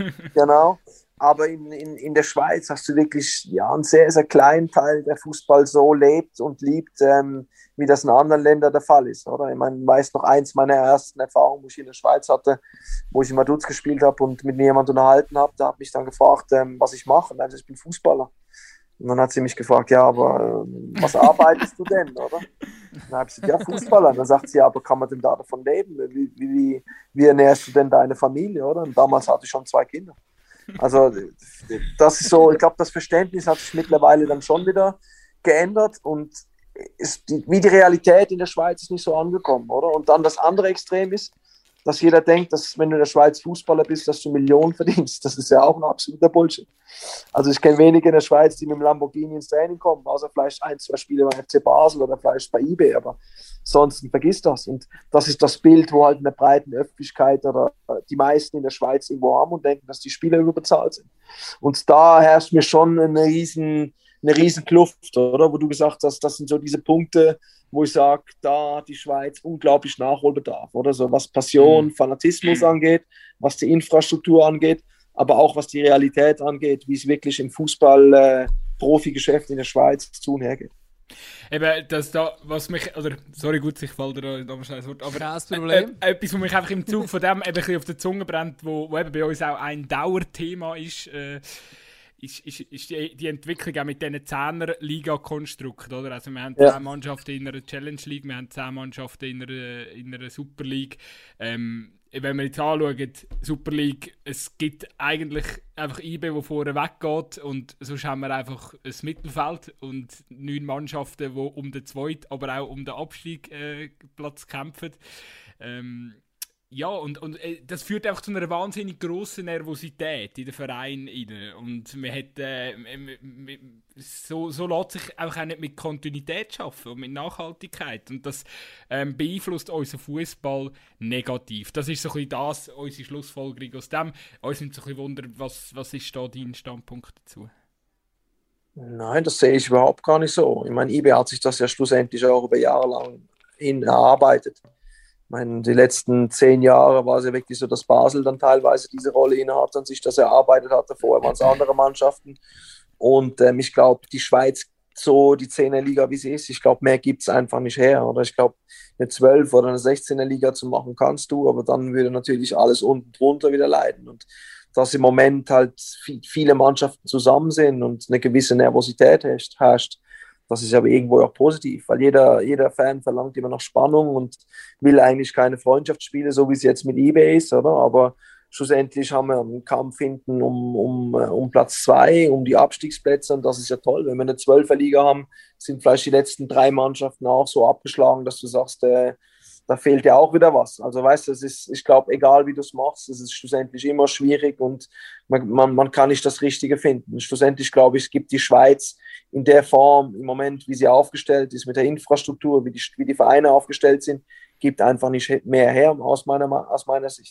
Genau. Aber in, in, in der Schweiz hast du wirklich ja, einen sehr, sehr kleinen Teil, der Fußball so lebt und liebt, ähm, wie das in anderen Ländern der Fall ist. Oder? Ich meine, ich weiß noch eins meiner ersten Erfahrungen, wo ich in der Schweiz hatte, wo ich in Vaduz gespielt habe und mit mir jemand unterhalten habe. Da hat mich dann gefragt, ähm, was ich mache. Und dann, ich bin Fußballer. Und dann hat sie mich gefragt, ja, aber ähm, was arbeitest du denn, oder? Dann habe ich gesagt, ja, Fußballer. Und dann sagt sie, ja, aber kann man denn da davon leben? Wie, wie, wie ernährst du denn deine Familie, oder? Und damals hatte ich schon zwei Kinder. Also das ist so, ich glaube, das Verständnis hat sich mittlerweile dann schon wieder geändert und ist die, wie die Realität in der Schweiz ist nicht so angekommen, oder? Und dann das andere Extrem ist, dass jeder denkt, dass wenn du in der Schweiz Fußballer bist, dass du Millionen verdienst. Das ist ja auch ein absoluter Bullshit. Also ich kenne wenige in der Schweiz, die mit dem Lamborghini ins Training kommen, außer vielleicht ein, zwei Spiele beim F C Basel oder vielleicht bei eBay, aber sonst vergiss das. Und das ist das Bild, wo halt in der breiten Öffentlichkeit oder die meisten in der Schweiz irgendwo haben und denken, dass die Spieler überbezahlt sind. Und da herrscht mir schon eine riesen, eine riesen Kluft, oder? Wo du gesagt hast, das sind so diese Punkte, wo ich sage, da hat die Schweiz unglaublich Nachholbedarf, oder? So was Passion, Fanatismus angeht, was die Infrastruktur angeht, aber auch was die Realität angeht, wie es wirklich im Fußball-Profi-Geschäft äh, in der Schweiz zu und her geht. Eben, dass da, was mich, oder, sorry, gut, ich falle da noch ein Wort, aber kein Problem. Äh, etwas, was mich einfach im Zug von dem eben ein bisschen auf der Zunge brennt, wo, wo eben bei uns auch ein Dauerthema ist, äh, ist, ist, ist die, die Entwicklung auch mit diesen Zehner-Liga-Konstrukt, oder? Also wir haben ja. zehn Mannschaften in einer Challenge League, wir haben zehn Mannschaften in einer, in einer Super League. Ähm, wenn wir jetzt anschauen, Super League, es gibt eigentlich einfach I B, der vorne weggeht und sonst haben wir einfach ein Mittelfeld und neun Mannschaften, die um den zweiten, aber auch um den Abstiegsplatz äh, kämpfen. Ähm, Ja, und, und äh, das führt einfach zu einer wahnsinnig grossen Nervosität in den Verein rein. Und man hat, äh, so, so lässt sich auch nicht mit Kontinuität arbeiten und mit Nachhaltigkeit. Und das ähm, beeinflusst unseren Fußball negativ. Das ist so ein bisschen das, unsere Schlussfolgerung aus dem. Uns nimmt so ein bisschen Wunder, was, was ist da dein Standpunkt dazu? Nein, das sehe ich überhaupt gar nicht so. Ich meine, I B hat sich das ja schlussendlich auch über Jahre lang hin erarbeitet. Ich meine, die letzten zehn Jahre war es ja wirklich so, dass Basel dann teilweise diese Rolle innehat und sich das erarbeitet hatte. Vorher waren es andere Mannschaften. Und ähm, ich glaube, die Schweiz, so die Zehner-Liga, wie sie ist, ich glaube, mehr gibt es einfach nicht her. Oder ich glaube, eine zwölf oder eine sechzehner-Liga zu machen kannst du, aber dann würde natürlich alles unten drunter wieder leiden. Und dass im Moment halt viele Mannschaften zusammen sind und eine gewisse Nervosität herrscht, das ist aber irgendwo auch positiv, weil jeder, jeder Fan verlangt immer noch Spannung und will eigentlich keine Freundschaftsspiele, so wie es jetzt mit eBay ist, oder? Aber schlussendlich haben wir einen Kampf hinten um, um, um Platz zwei, um die Abstiegsplätze und das ist ja toll. Wenn wir eine Zwölfer-Liga haben, sind vielleicht die letzten drei Mannschaften auch so abgeschlagen, dass du sagst, äh, da fehlt ja auch wieder was. Also weißt du, es ist, ich glaube, egal wie du es machst, es ist schlussendlich immer schwierig und man, man, man kann nicht das Richtige finden. Schlussendlich glaube ich, es gibt die Schweiz in der Form im Moment, wie sie aufgestellt ist, mit der Infrastruktur, wie die, wie die Vereine aufgestellt sind, gibt einfach nicht mehr her aus meiner, aus meiner Sicht.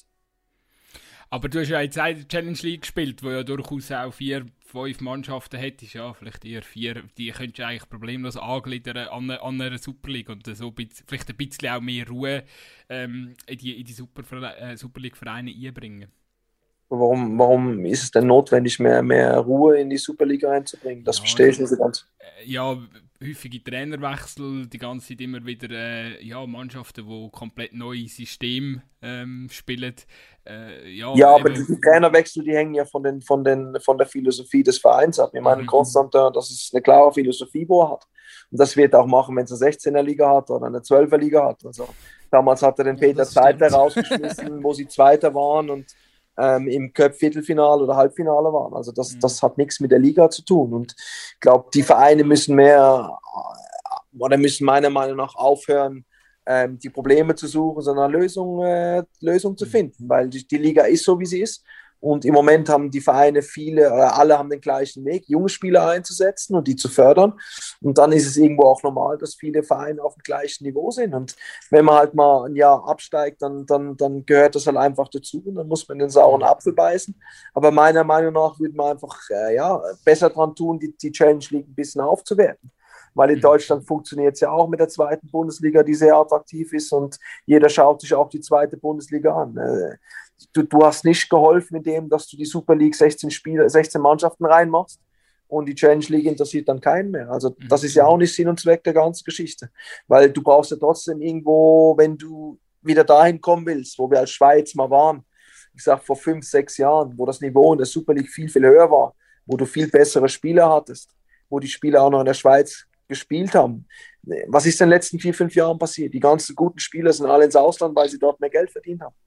Aber du hast ja jetzt eine Challenge League gespielt, wo ja durchaus auch vier, fünf Mannschaften hättest, ja, vielleicht eher vier, die könntest du eigentlich problemlos angliedern an, an einer Super League und so vielleicht ein bisschen auch mehr Ruhe ähm, in die, in die Super, äh, Super League Vereine einbringen. Warum, warum ist es denn notwendig, mehr, mehr Ruhe in die Superliga einzubringen? Das ja, verstehe ich nicht so ganz. Ja, häufige Trainerwechsel, die ganze Zeit immer wieder äh, ja, Mannschaften, die komplett neue Systeme ähm, spielen. Äh, ja, ja, aber die Trainerwechsel, die hängen ja von, den, von, den, von der Philosophie des Vereins ab. Ich meine, mhm. Constantin, das ist eine klare Philosophie, wo er hat. Und das wird er auch machen, wenn es eine sechzehner-Liga hat oder eine zwölfer-Liga hat. Also, damals hat er den Peter Zeitler rausgeschmissen, wo sie Zweiter waren und ähm, im Cup-Viertelfinale oder Halbfinale waren. Also das, mhm. das hat nichts mit der Liga zu tun. Und ich glaube, die Vereine müssen mehr oder müssen meiner Meinung nach aufhören, ähm, die Probleme zu suchen, sondern Lösung, äh, Lösung zu finden. Weil die, die Liga ist so, wie sie ist. Und im Moment haben die Vereine viele, oder alle haben den gleichen Weg, junge Spieler einzusetzen und die zu fördern. Und dann ist es irgendwo auch normal, dass viele Vereine auf dem gleichen Niveau sind. Und wenn man halt mal ein Jahr absteigt, dann, dann, dann gehört das halt einfach dazu und dann muss man den sauren Apfel beißen. Aber meiner Meinung nach würde man einfach äh, ja, besser dran tun, die, die Challenge League ein bisschen aufzuwerten. Weil in Deutschland funktioniert es ja auch mit der zweiten Bundesliga, die sehr attraktiv ist und jeder schaut sich auch die zweite Bundesliga an. Äh, Du, du hast nicht geholfen mit dem, dass du die Super League sechzehn Spiele, sechzehn Mannschaften reinmachst und die Challenge League interessiert dann keinen mehr. Also das ist ja auch nicht Sinn und Zweck der ganzen Geschichte. Weil du brauchst ja trotzdem irgendwo, wenn du wieder dahin kommen willst, wo wir als Schweiz mal waren, ich sag vor fünf, sechs Jahren, wo das Niveau in der Super League viel, viel höher war, wo du viel bessere Spieler hattest, wo die Spieler auch noch in der Schweiz gespielt haben. Was ist in den letzten vier, fünf Jahren passiert? Die ganzen guten Spieler sind alle ins Ausland, weil sie dort mehr Geld verdient haben.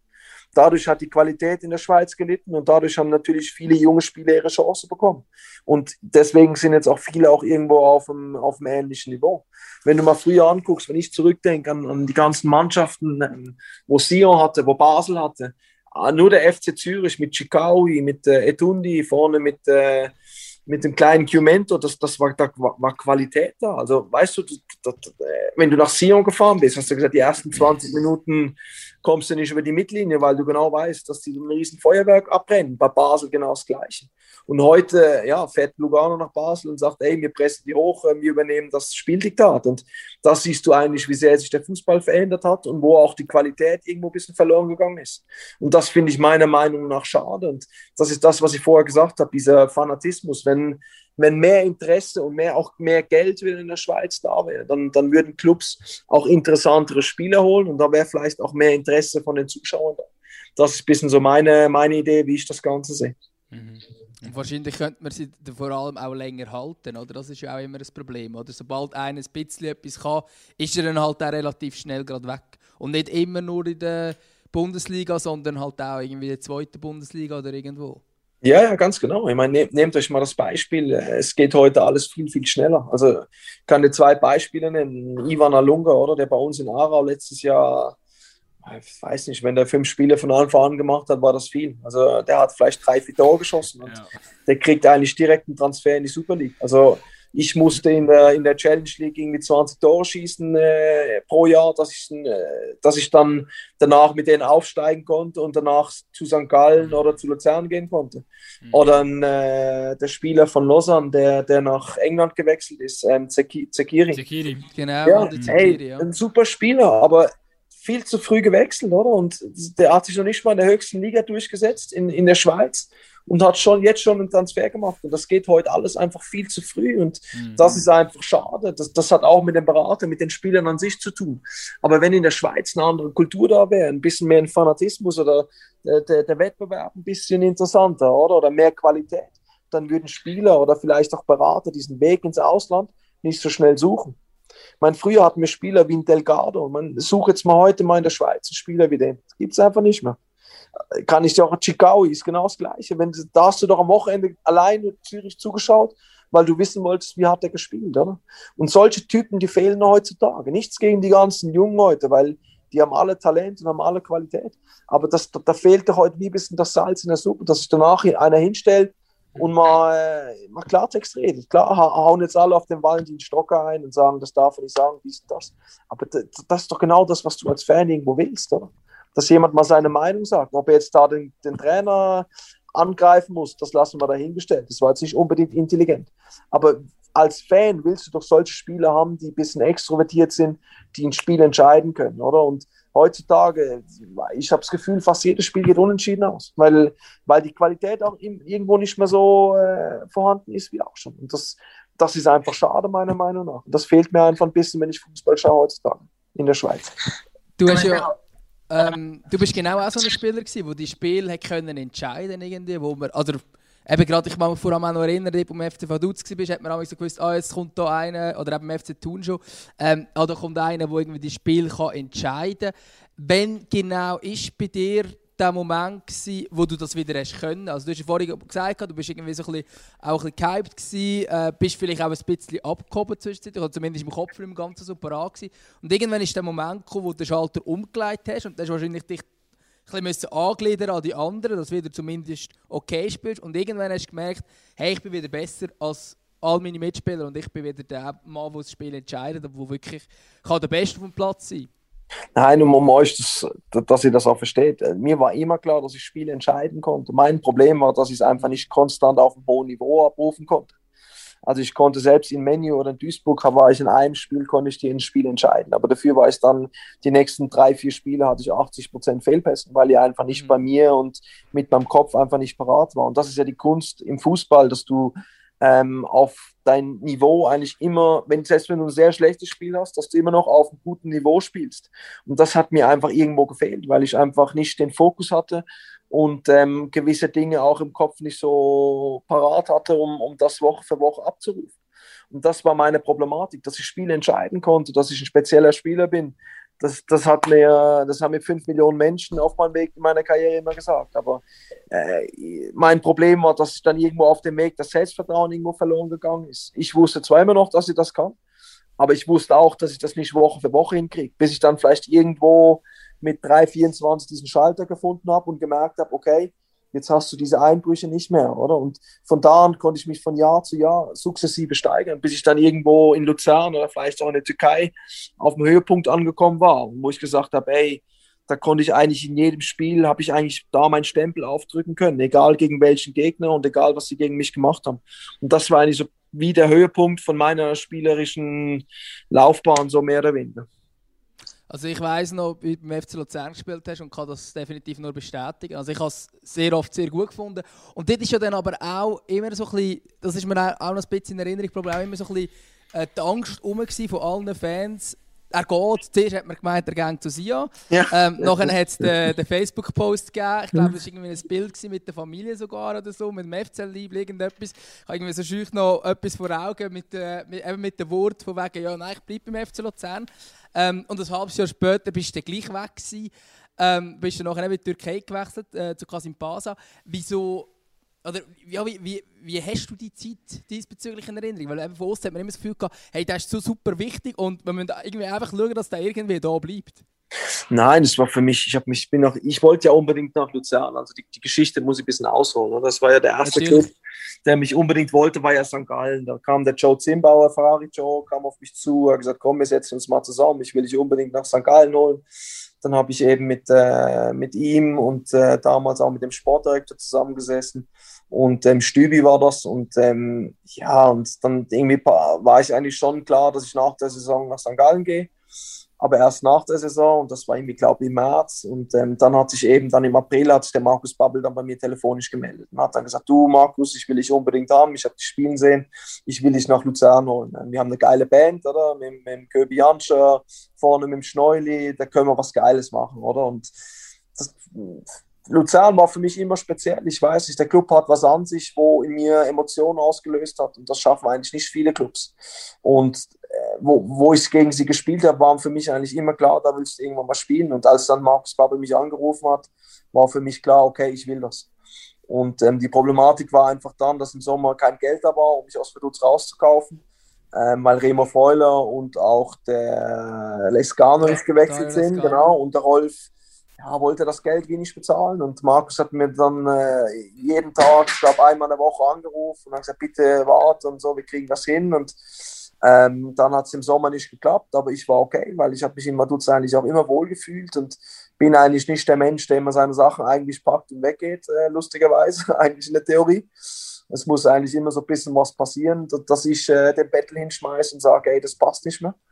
dadurch hat die Qualität in der Schweiz gelitten und dadurch haben natürlich viele junge Spieler ihre Chance bekommen. Und deswegen sind jetzt auch viele auch irgendwo auf einem, auf einem ähnlichen Niveau. Wenn du mal früher anguckst, wenn ich zurückdenke an, an die ganzen Mannschaften, wo Sion hatte, wo Basel hatte, nur der F C Zürich mit Chikaui, mit äh, Etundi, vorne mit, äh, mit dem kleinen Chiumento, das, das war, da war Qualität da. Also weißt du, das, das, wenn du nach Sion gefahren bist, hast du gesagt, die ersten zwanzig Minuten kommst du nicht über die Mittellinie, weil du genau weißt, dass die ein riesen Feuerwerk abbrennen. Bei Basel genau das Gleiche. Und heute ja, fährt Lugano nach Basel und sagt, ey, wir pressen die hoch, wir übernehmen das Spieldiktat. Und das siehst du eigentlich, wie sehr sich der Fußball verändert hat und wo auch die Qualität irgendwo ein bisschen verloren gegangen ist. Und das finde ich meiner Meinung nach schade. Und das ist das, was ich vorher gesagt habe, dieser Fanatismus. Wenn, wenn mehr Interesse und mehr, auch mehr Geld in der Schweiz da wäre, dann, dann würden Clubs auch interessantere Spieler holen und da wäre vielleicht auch mehr Interesse von den Zuschauern da. Das ist ein bisschen so meine, meine Idee, wie ich das Ganze sehe. Mhm. Und wahrscheinlich könnte man sie vor allem auch länger halten, oder? Das ist ja auch immer ein Problem, oder? Sobald einer ein bisschen etwas kann, ist er dann halt auch relativ schnell gerade weg. Und nicht immer nur in der Bundesliga, sondern halt auch irgendwie in der zweiten Bundesliga oder irgendwo. Ja, ja, ganz genau. Ich meine, nehmt, nehmt euch mal das Beispiel. Es geht heute alles viel, viel schneller. Also ich kann dir zwei Beispiele nennen. Ivan Alunga, oder, der bei uns in Aarau letztes Jahr, ich weiß nicht, wenn der fünf Spiele von Anfang an gemacht hat, war das viel. Also der hat vielleicht drei, vier Tore geschossen und ja. Der kriegt eigentlich direkt einen Transfer in die Super League. Also ich musste in der, in der Challenge League irgendwie zwanzig Tore schießen äh, pro Jahr, dass ich, äh, dass ich dann danach mit denen aufsteigen konnte und danach zu Sankt Gallen oder zu Luzern gehen konnte. Mhm. Oder ein, äh, der Spieler von Lausanne, der, der nach England gewechselt ist, ähm, Zekiri. Zekiri, genau. Ja, Zekiri, ja. Ein super Spieler, aber viel zu früh gewechselt, oder? Und der hat sich noch nicht mal in der höchsten Liga durchgesetzt in, in der Schweiz und hat schon jetzt schon einen Transfer gemacht. Und das geht heute alles einfach viel zu früh. Und mhm. das ist einfach schade. Das, das hat auch mit dem Berater, mit den Spielern an sich zu tun. Aber wenn in der Schweiz eine andere Kultur da wäre, ein bisschen mehr ein Fanatismus oder der, der, der Wettbewerb ein bisschen interessanter, oder? Oder mehr Qualität, dann würden Spieler oder vielleicht auch Berater diesen Weg ins Ausland nicht so schnell suchen. Ich meine, früher hatten wir Spieler wie ein Delgado. Man sucht jetzt mal heute mal in der Schweiz einen Spieler wie den. Das gibt es einfach nicht mehr. Kann ich dir auch, Chikaui ist genau das Gleiche. Wenn, da hast du doch am Wochenende allein in Zürich zugeschaut, weil du wissen wolltest, wie hat er gespielt, oder? Und solche Typen, die fehlen heutzutage. Nichts gegen die ganzen Jungen heute, weil die haben alle Talent und haben alle Qualität. Aber das, da, da fehlt doch heute wie ein bisschen das Salz in der Suppe, dass sich danach einer hinstellt und mal, äh, mal Klartext redet. Klar, hauen jetzt alle auf den Valentin Stocker ein und sagen, das darf er nicht sagen, dies und das. Aber das, das ist doch genau das, was du als Fan irgendwo willst, oder? Dass jemand mal seine Meinung sagt. Ob er jetzt da den, den Trainer angreifen muss, das lassen wir dahingestellt. Das war jetzt nicht unbedingt intelligent. Aber als Fan willst du doch solche Spieler haben, die ein bisschen extrovertiert sind, die ein Spiel entscheiden können, oder? Und heutzutage, ich habe das Gefühl, fast jedes Spiel geht unentschieden aus, weil, weil die Qualität auch irgendwo nicht mehr so äh, vorhanden ist wie auch schon. Und das, das ist einfach schade, meiner Meinung nach. Und das fehlt mir einfach ein bisschen, wenn ich Fußball schaue heutzutage in der Schweiz. Du hast ja, ähm, du bist genau auch so ein Spieler gewesen, der die Spiele können entscheiden irgendwie, wo man, also eben gerade, ich kann mich vor allem auch noch erinnern, als du beim F C Vaduz warst, hat man auch so gewusst, ah, jetzt kommt da einer, oder eben beim F C Thun schon, ähm, ah, da kommt einer, der irgendwie das Spiel kann entscheiden kann. Wann genau ist bei dir der Moment gewesen, wo du das wieder hast können? Also du hast ja vorhin gesagt, du bist irgendwie so ein bisschen, auch ein bisschen gehypt gewesen, äh, bist vielleicht auch ein bisschen abgehoben zwischendurch, oder zumindest im Kopf im Ganzen so parat gewesen. Und irgendwann ist der Moment gekommen, wo du den Schalter umgelegt hast und du hast wahrscheinlich dich ein bisschen angliedern an die anderen, dass du wieder zumindest okay spielst. Und irgendwann hast du gemerkt, hey, ich bin wieder besser als all meine Mitspieler und ich bin wieder der Mann, der das Spiel entscheidet und der wirklich kann der Beste auf dem Platz sein. Nein, und man ist das, dass ihr das auch versteht. Mir war immer klar, dass ich Spiele entscheiden konnte. Mein Problem war, dass ich es einfach nicht konstant auf einem hohen Niveau abrufen konnte. Also ich konnte selbst in Menu oder in Duisburg, war ich in einem Spiel, konnte ich die ein Spiel entscheiden. Aber dafür war ich dann, die nächsten drei, vier Spiele hatte ich achtzig Prozent Fehlpässe, weil ich einfach nicht mhm. bei mir und mit meinem Kopf einfach nicht parat war. Und das ist ja die Kunst im Fußball, dass du ähm, auf dein Niveau eigentlich immer, wenn, selbst wenn du ein sehr schlechtes Spiel hast, dass du immer noch auf einem guten Niveau spielst. Und das hat mir einfach irgendwo gefehlt, weil ich einfach nicht den Fokus hatte und ähm, gewisse Dinge auch im Kopf nicht so parat hatte, um, um das Woche für Woche abzurufen. Und das war meine Problematik, dass ich Spiele entscheiden konnte, dass ich ein spezieller Spieler bin, Das, das, hat mir, das haben mir fünf Millionen Menschen auf meinem Weg in meiner Karriere immer gesagt. Aber äh, mein Problem war, dass dann irgendwo auf dem Weg das Selbstvertrauen irgendwo verloren gegangen ist. Ich wusste zwar immer noch, dass ich das kann, aber ich wusste auch, dass ich das nicht Woche für Woche hinkriege, bis ich dann vielleicht irgendwo mit drei vierundzwanzig diesen Schalter gefunden habe und gemerkt habe, okay, jetzt hast du diese Einbrüche nicht mehr, oder? Und von da an konnte ich mich von Jahr zu Jahr sukzessive steigern, bis ich dann irgendwo in Luzern oder vielleicht auch in der Türkei auf dem Höhepunkt angekommen war, wo ich gesagt habe, ey, da konnte ich eigentlich in jedem Spiel, habe ich eigentlich da meinen Stempel aufdrücken können, egal gegen welchen Gegner und egal, was sie gegen mich gemacht haben. Und das war eigentlich so wie der Höhepunkt von meiner spielerischen Laufbahn, so mehr oder weniger. Also ich weiss noch, wie du beim F C Luzern gespielt hast und kann das definitiv nur bestätigen. Also ich habe es sehr oft sehr gut gefunden. Und dort ist ja dann aber auch immer so ein bisschen, das ist mir auch noch ein bisschen in Erinnerung geblieben, auch immer so ein bisschen äh, die Angst rum von allen Fans. Er geht, zuerst hat man gemeint, er geht zu Sia. Ja. Ähm, nachher hat es den, den Facebook-Post gegeben. Ich glaube, das war irgendwie ein Bild mit der Familie sogar oder so, mit dem F C L-Lieb, irgendetwas. Ich habe irgendwie so schüch noch etwas vor Augen mit, äh, mit, eben mit dem Wort von wegen, ja, nein, ich bleibe beim F C Luzern. Ähm, und ein halbes Jahr später bist du dann gleich weg gewesen. Ähm, bist du nachher in die Türkei gewechselt, äh, zu Kasim Pasa. Wieso, oder ja, wie, wie, wie hast du die Zeit diesbezüglich in Erinnerung? Weil eben von uns hat man immer das Gefühl gehabt, hey, das ist so super wichtig und wir müssen irgendwie einfach schauen, dass der irgendwie da bleibt. Nein, das war für mich, ich, hab mich, bin noch, ich wollte ja unbedingt nach Luzern, also die, die Geschichte muss ich ein bisschen ausholen. Oder? Das war ja der erste Natürlich. Club, der mich unbedingt wollte, war ja Sankt Gallen. Da kam der Joe Zimbauer, Ferrari Joe, kam auf mich zu, hat gesagt, komm, wir setzen uns mal zusammen, ich will dich unbedingt nach Sankt Gallen holen. Dann habe ich eben mit, äh, mit ihm und äh, damals auch mit dem Sportdirektor zusammengesessen und ähm, Stübi war das und ähm, ja, und dann irgendwie war ich eigentlich schon klar, dass ich nach der Saison nach Sankt Gallen gehe. Aber erst nach der Saison, und das war irgendwie, glaube ich, im März. Und ähm, dann hat sich eben, dann im April hat sich der Markus Babbel dann bei mir telefonisch gemeldet und hat dann gesagt, du Markus, ich will dich unbedingt haben, ich habe dich spielen sehen, ich will dich nach Luzern holen. Wir haben eine geile Band, oder? Mit, mit dem Köbi Janscher, vorne mit dem Schneuli, da können wir was Geiles machen, oder? Und das, Luzern war für mich immer speziell. Ich weiß nicht, der Club hat was an sich, wo in mir Emotionen ausgelöst hat. Und das schaffen eigentlich nicht viele Clubs. Und äh, wo, wo ich gegen sie gespielt habe, war für mich eigentlich immer klar, da willst du irgendwann mal spielen. Und als dann Markus Babbel mich angerufen hat, war für mich klar, okay, ich will das. Und ähm, die Problematik war einfach dann, dass im Sommer kein Geld da war, um mich aus Vaduz rauszukaufen. Ähm, weil Remo Freuler und auch der Lescano nicht gewechselt sind. Genau. Und der Rolf ja, wollte das Geld wenig bezahlen und Markus hat mir dann äh, jeden Tag, ich glaube einmal in der Woche angerufen und hat gesagt, bitte warte und so, wir kriegen das hin und ähm, dann hat es im Sommer nicht geklappt, aber ich war okay, weil ich habe mich in Vaduz eigentlich auch immer wohl gefühlt und bin eigentlich nicht der Mensch, der immer seine Sachen eigentlich packt und weggeht, äh, lustigerweise, eigentlich in der Theorie. Es muss eigentlich immer so ein bisschen was passieren, dass ich äh, den Bettel hinschmeiße und sage, ey, das passt nicht mehr.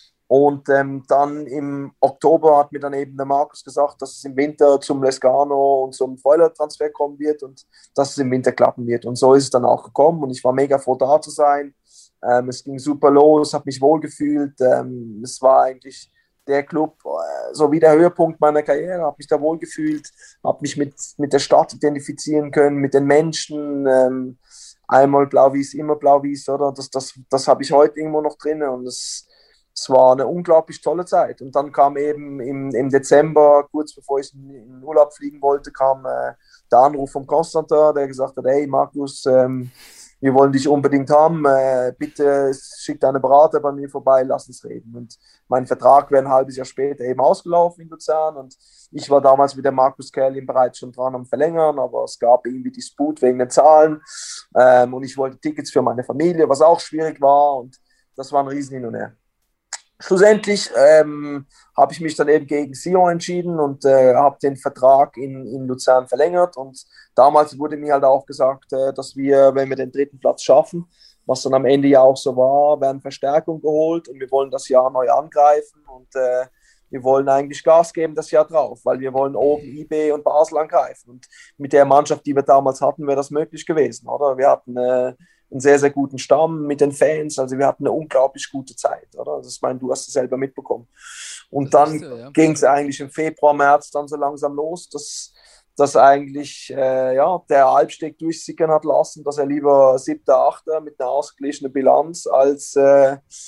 Und ähm, dann im Oktober hat mir dann eben der Markus gesagt, dass es im Winter zum Lescano und zum Freuler-Transfer kommen wird und dass es im Winter klappen wird. Und so ist es dann auch gekommen und ich war mega froh, da zu sein. Ähm, es ging super los, habe mich wohlgefühlt. Ähm, es war eigentlich der Club, äh, so wie der Höhepunkt meiner Karriere, habe mich da wohlgefühlt, habe mich mit, mit der Stadt identifizieren können, mit den Menschen. Ähm, einmal Blau-Wies, immer Blau-Wies, oder? Das, das, das habe ich heute irgendwo noch drin und das Es war eine unglaublich tolle Zeit. Und dann kam eben im, im Dezember, kurz bevor ich in, in Urlaub fliegen wollte, kam äh, der Anruf vom Konstantin, der gesagt hat, hey Markus, ähm, wir wollen dich unbedingt haben, äh, bitte schick deine Berater bei mir vorbei, lass uns reden. Und mein Vertrag wäre ein halbes Jahr später eben ausgelaufen in Luzern und ich war damals mit dem Markus Kerlin bereits schon dran am Verlängern, aber es gab irgendwie Disput wegen den Zahlen ähm, und ich wollte Tickets für meine Familie, was auch schwierig war und das war ein riesen Hin und Her. Schlussendlich ähm, habe ich mich dann eben gegen Sion entschieden und äh, habe den Vertrag in, in Luzern verlängert. Und damals wurde mir halt auch gesagt, äh, dass wir, wenn wir den dritten Platz schaffen, was dann am Ende ja auch so war, werden Verstärkung geholt und wir wollen das Jahr neu angreifen und äh, wir wollen eigentlich Gas geben das Jahr drauf, weil wir wollen oben I B und Basel angreifen. Und mit der Mannschaft, die wir damals hatten, wäre das möglich gewesen, oder? Wir hatten äh, einen sehr, sehr guten Stamm mit den Fans. Also wir hatten eine unglaublich gute Zeit, oder? Also ich meine, du hast es selber mitbekommen. Und das dann so, ja. ging es eigentlich im Februar, März dann so langsam los, dass, dass eigentlich äh, ja, der Alpsteg durchsickern hat lassen, dass er lieber siebter, achter mit einer ausgeglichenen Bilanz als äh,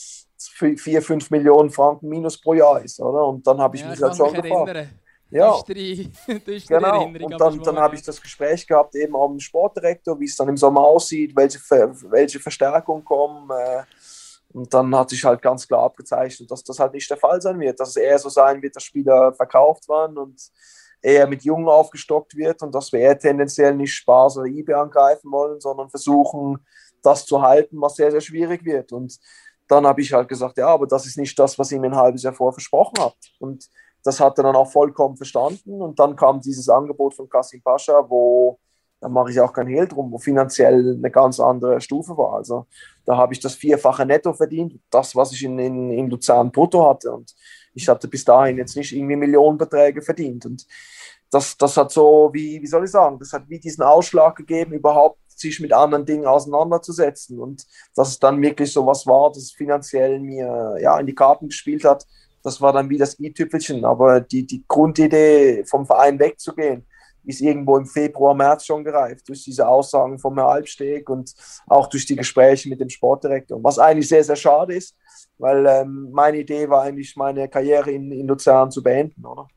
vier, fünf Millionen Franken minus pro Jahr ist, oder? Und dann habe ich ja, mich ich halt schon gefragt. Erinnern. Ja, düstere, genau. Und dann, dann habe ich das Gespräch gehabt eben auch mit dem Sportdirektor, wie es dann im Sommer aussieht, welche, welche Verstärkungen kommen. Äh, und dann hat sich halt ganz klar abgezeichnet, dass das halt nicht der Fall sein wird, dass es eher so sein wird, dass Spieler verkauft werden und eher mit Jungen aufgestockt wird und dass wir eher tendenziell nicht Spaß oder I B angreifen wollen, sondern versuchen, das zu halten, was sehr, sehr schwierig wird. Und dann habe ich halt gesagt, ja, aber das ist nicht das, was ihr mir ein halbes Jahr vorher versprochen habt. Und das hat er dann auch vollkommen verstanden. Und dann kam dieses Angebot von Kasim Pascha, wo, da mache ich auch kein Hehl drum, wo finanziell eine ganz andere Stufe war. Also da habe ich das Vierfache netto verdient, das, was ich in, in, in Luzern brutto hatte. Und ich hatte bis dahin jetzt nicht irgendwie Millionenbeträge verdient. Und das, das hat so, wie, wie soll ich sagen, das hat wie diesen Ausschlag gegeben, überhaupt sich mit anderen Dingen auseinanderzusetzen. Und dass es dann wirklich so was war, das finanziell mir ja, in die Karten gespielt hat, das war dann wie das i-Tüpfelchen. Aber die, die Grundidee, vom Verein wegzugehen, ist irgendwo im Februar, März schon gereift, durch diese Aussagen vom Herrn Alpsteg und auch durch die Gespräche mit dem Sportdirektor. Was eigentlich sehr, sehr schade ist, weil ähm, meine Idee war eigentlich, meine Karriere in, in Luzern zu beenden, oder?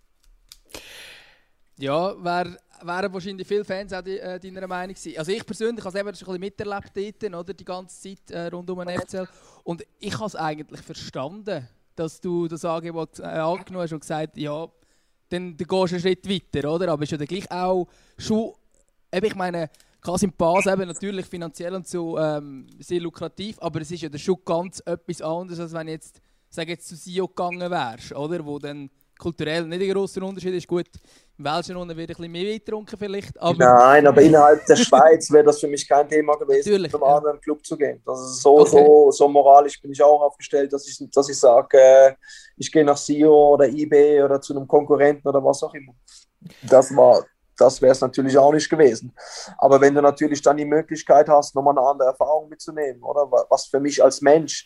Ja, wäre wären wahrscheinlich viele Fans auch die, äh, deiner Meinung gewesen. Also ich persönlich habe es eben schon ein bisschen miterlebt dort, oder, die ganze Zeit äh, rund um den F C L. Und ich habe es eigentlich verstanden, dass du das Angebot äh, angenommen hast und gesagt, ja, dann, dann gehst du einen Schritt weiter, oder? Aber ist ja dann gleich auch schon, eben, ich meine, Kasim Paas eben natürlich finanziell und so ähm, sehr lukrativ, aber es ist ja dann schon ganz etwas anderes, als wenn jetzt, sage jetzt, zu Sio gegangen wärst, oder? Wo dann kulturell nicht ein grosser Unterschied ist. Gut, im Welschen unten wird ein bisschen mehr getrunken vielleicht. Aber Nein, aber innerhalb der Schweiz wäre das für mich kein Thema gewesen, natürlich, zum ja. anderen Club zu gehen. Das ist so, Okay. so, so moralisch bin ich auch aufgestellt, dass ich, dass ich sage, äh, ich gehe nach Sio oder I B oder zu einem Konkurrenten oder was auch immer. Das war, das wäre es natürlich auch nicht gewesen. Aber wenn du natürlich dann die Möglichkeit hast, nochmal eine andere Erfahrung mitzunehmen, oder was für mich als Mensch,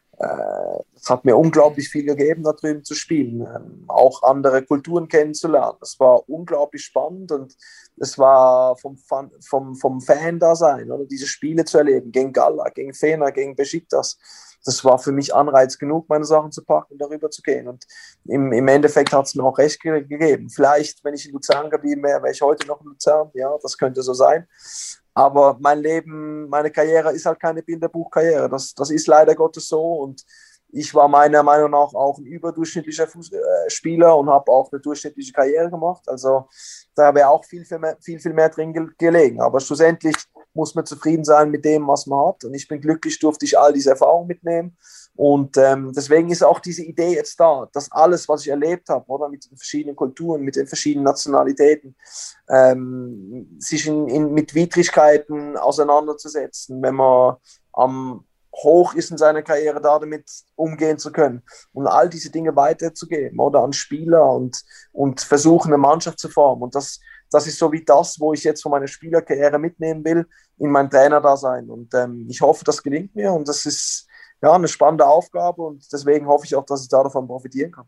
es hat mir unglaublich viel gegeben, da drüben zu spielen, ähm, auch andere Kulturen kennenzulernen. Es war unglaublich spannend und es war vom, Fan, vom, vom Fan-Dasein, oder diese Spiele zu erleben, gegen Gala, gegen Fener, gegen Besiktas. Das war für mich Anreiz genug, meine Sachen zu packen und darüber zu gehen. Und im, im Endeffekt hat es mir auch recht ge- gegeben. Vielleicht, wenn ich in Luzern geblieben wäre, wäre ich heute noch in Luzern. Ja, das könnte so sein. Aber mein Leben, meine Karriere ist halt keine Bilderbuchkarriere. Das, das ist leider Gottes so. Und ich war meiner Meinung nach auch ein überdurchschnittlicher Fuß- äh, Spieler und habe auch eine durchschnittliche Karriere gemacht. Also da wäre auch viel, viel mehr, viel, viel mehr drin ge- gelegen. Aber schlussendlich muss man zufrieden sein mit dem, was man hat. Und ich bin glücklich, durfte ich all diese Erfahrungen mitnehmen. Und ähm, deswegen ist auch diese Idee jetzt da, dass alles, was ich erlebt habe, oder mit den verschiedenen Kulturen, mit den verschiedenen Nationalitäten, ähm, sich in, in, mit Widrigkeiten auseinanderzusetzen, wenn man am hoch ist in seiner Karriere, da damit umgehen zu können und all diese Dinge weiterzugeben, oder an Spieler und, und versuchen, eine Mannschaft zu formen. Und das, das ist so wie das, wo ich jetzt von meiner Spielerkarriere mitnehmen will, in mein Trainerdasein. Und ähm, ich hoffe, das gelingt mir und das ist ja eine spannende Aufgabe und deswegen hoffe ich auch, dass ich davon profitieren kann.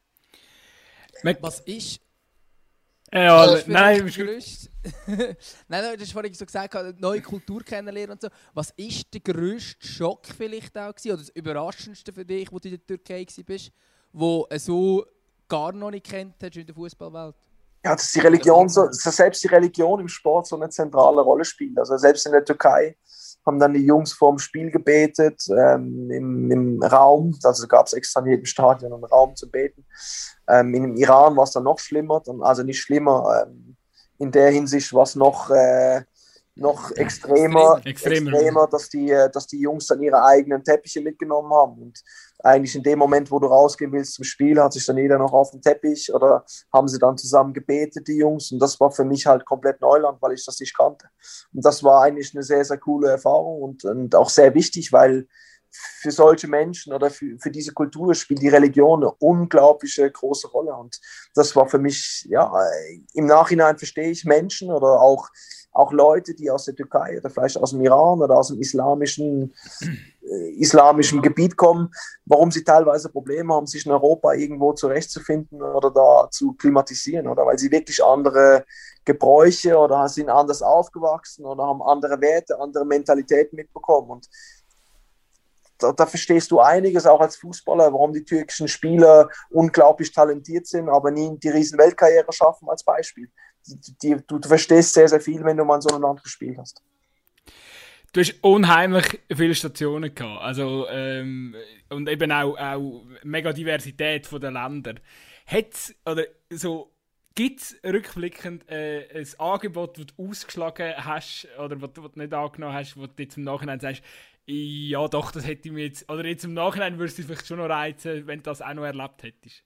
Was ist... Ja, Was ist nein, das grösste... nein, nein, du hast vorhin so gesagt, eine neue Kultur kennenlernen und so. Was ist der grösste Schock vielleicht auch gewesen, oder das Überraschendste für dich, wo du in der Türkei warst, wo du so gar noch nicht kennt hast in der Fußballwelt? Ja, dass die Religion, so, dass selbst die Religion im Sport so eine zentrale Rolle spielt. Also selbst in der Türkei haben dann die Jungs vor dem Spiel gebetet, ähm, im, im Raum, also gab es extra in jedem Stadion einen Raum zu beten. Ähm, im Iran war es dann noch schlimmer, dann, also nicht schlimmer, ähm, in der Hinsicht war es noch, äh, noch extremer, Extremer. extremer, dass die, dass die Jungs dann ihre eigenen Teppiche mitgenommen haben. Und eigentlich in dem Moment, wo du rausgehen willst zum Spiel, hat sich dann jeder noch auf den Teppich oder haben sie dann zusammen gebetet, die Jungs. Und das war für mich halt komplett Neuland, weil ich das nicht kannte. Und das war eigentlich eine sehr, sehr coole Erfahrung und, und auch sehr wichtig, weil für solche Menschen oder für, für diese Kultur spielt die Religion eine unglaubliche große Rolle. Und das war für mich, ja, im Nachhinein verstehe ich Menschen oder auch Auch Leute, die aus der Türkei oder vielleicht aus dem Iran oder aus dem islamischen, äh, islamischen Gebiet kommen, warum sie teilweise Probleme haben, sich in Europa irgendwo zurechtzufinden oder da zu klimatisieren, oder weil sie wirklich andere Gebräuche oder sind anders aufgewachsen oder haben andere Werte, andere Mentalitäten mitbekommen. Und da, da verstehst du einiges auch als Fußballer, warum die türkischen Spieler unglaublich talentiert sind, aber nie die riesen Weltkarriere schaffen als Beispiel. Die, die, du, du verstehst sehr, sehr viel, wenn du mal in so einem Land gespielt hast. Du hast unheimlich viele Stationen gehabt. Also, ähm, und eben auch, auch mega Diversität von den Ländern. Hat's, oder so, gibt es rückblickend äh, ein Angebot, das du ausgeschlagen hast oder das du nicht angenommen hast, wo du jetzt im Nachhinein sagst, ja doch, das hätte ich mir jetzt, oder jetzt im Nachhinein würde es dich vielleicht schon noch reizen, wenn du das auch noch erlebt hättest?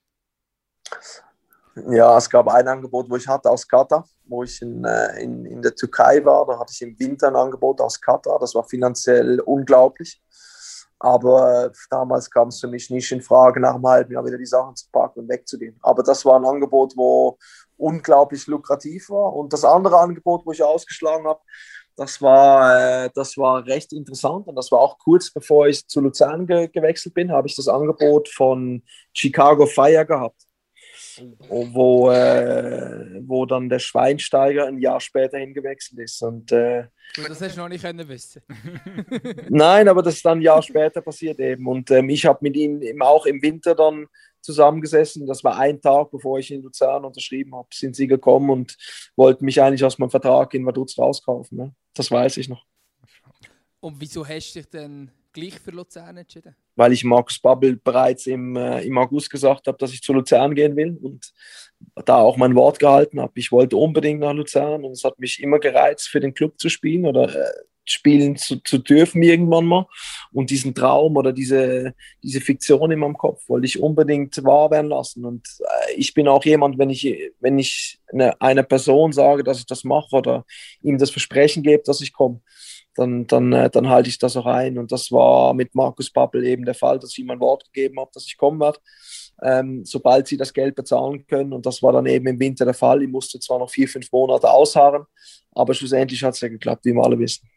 Ja, es gab ein Angebot, wo ich hatte aus Katar, wo ich in, in, in der Türkei war. Da hatte ich im Winter ein Angebot aus Katar. Das war finanziell unglaublich. Aber damals kam es für mich nicht in Frage, nach einem halben Jahr wieder die Sachen zu packen und wegzugehen. Aber das war ein Angebot, wo unglaublich lukrativ war. Und das andere Angebot, wo ich ausgeschlagen habe, das war, das war recht interessant. Und das war auch kurz bevor ich zu Luzern ge- gewechselt bin, habe ich das Angebot von Chicago Fire gehabt. Wo, äh, wo dann der Schweinsteiger ein Jahr später hingewechselt ist. Und, äh, Gut, das hättest du noch nicht können wissen. Nein, aber das ist dann ein Jahr später passiert eben. Und ähm, ich habe mit ihm eben auch im Winter dann zusammengesessen. Das war ein Tag, bevor ich in Luzern unterschrieben habe, sind sie gekommen und wollten mich eigentlich aus meinem Vertrag in Vaduz rauskaufen. Ne? Das weiß ich noch. Und wieso hast du dich denn gleich für Luzern entschieden? Weil ich Markus Babbel bereits im, äh, im August gesagt habe, dass ich zu Luzern gehen will und da auch mein Wort gehalten habe. Ich wollte unbedingt nach Luzern und es hat mich immer gereizt, für den Club zu spielen oder äh, spielen zu, zu dürfen irgendwann mal. Und diesen Traum oder diese, diese Fiktion in meinem Kopf wollte ich unbedingt wahr werden lassen. Und äh, ich bin auch jemand, wenn ich, wenn ich eine, einer Person sage, dass ich das mache oder ihm das Versprechen gebe, dass ich komme, dann, dann, äh, dann halte ich das auch ein. Und das war mit Markus Babbel eben der Fall, dass ich ihm ein Wort gegeben habe, dass ich kommen werde, ähm, sobald sie das Geld bezahlen können. Und das war dann eben im Winter der Fall. Ich musste zwar noch vier, fünf Monate ausharren, aber schlussendlich hat es ja geklappt, wie wir alle wissen.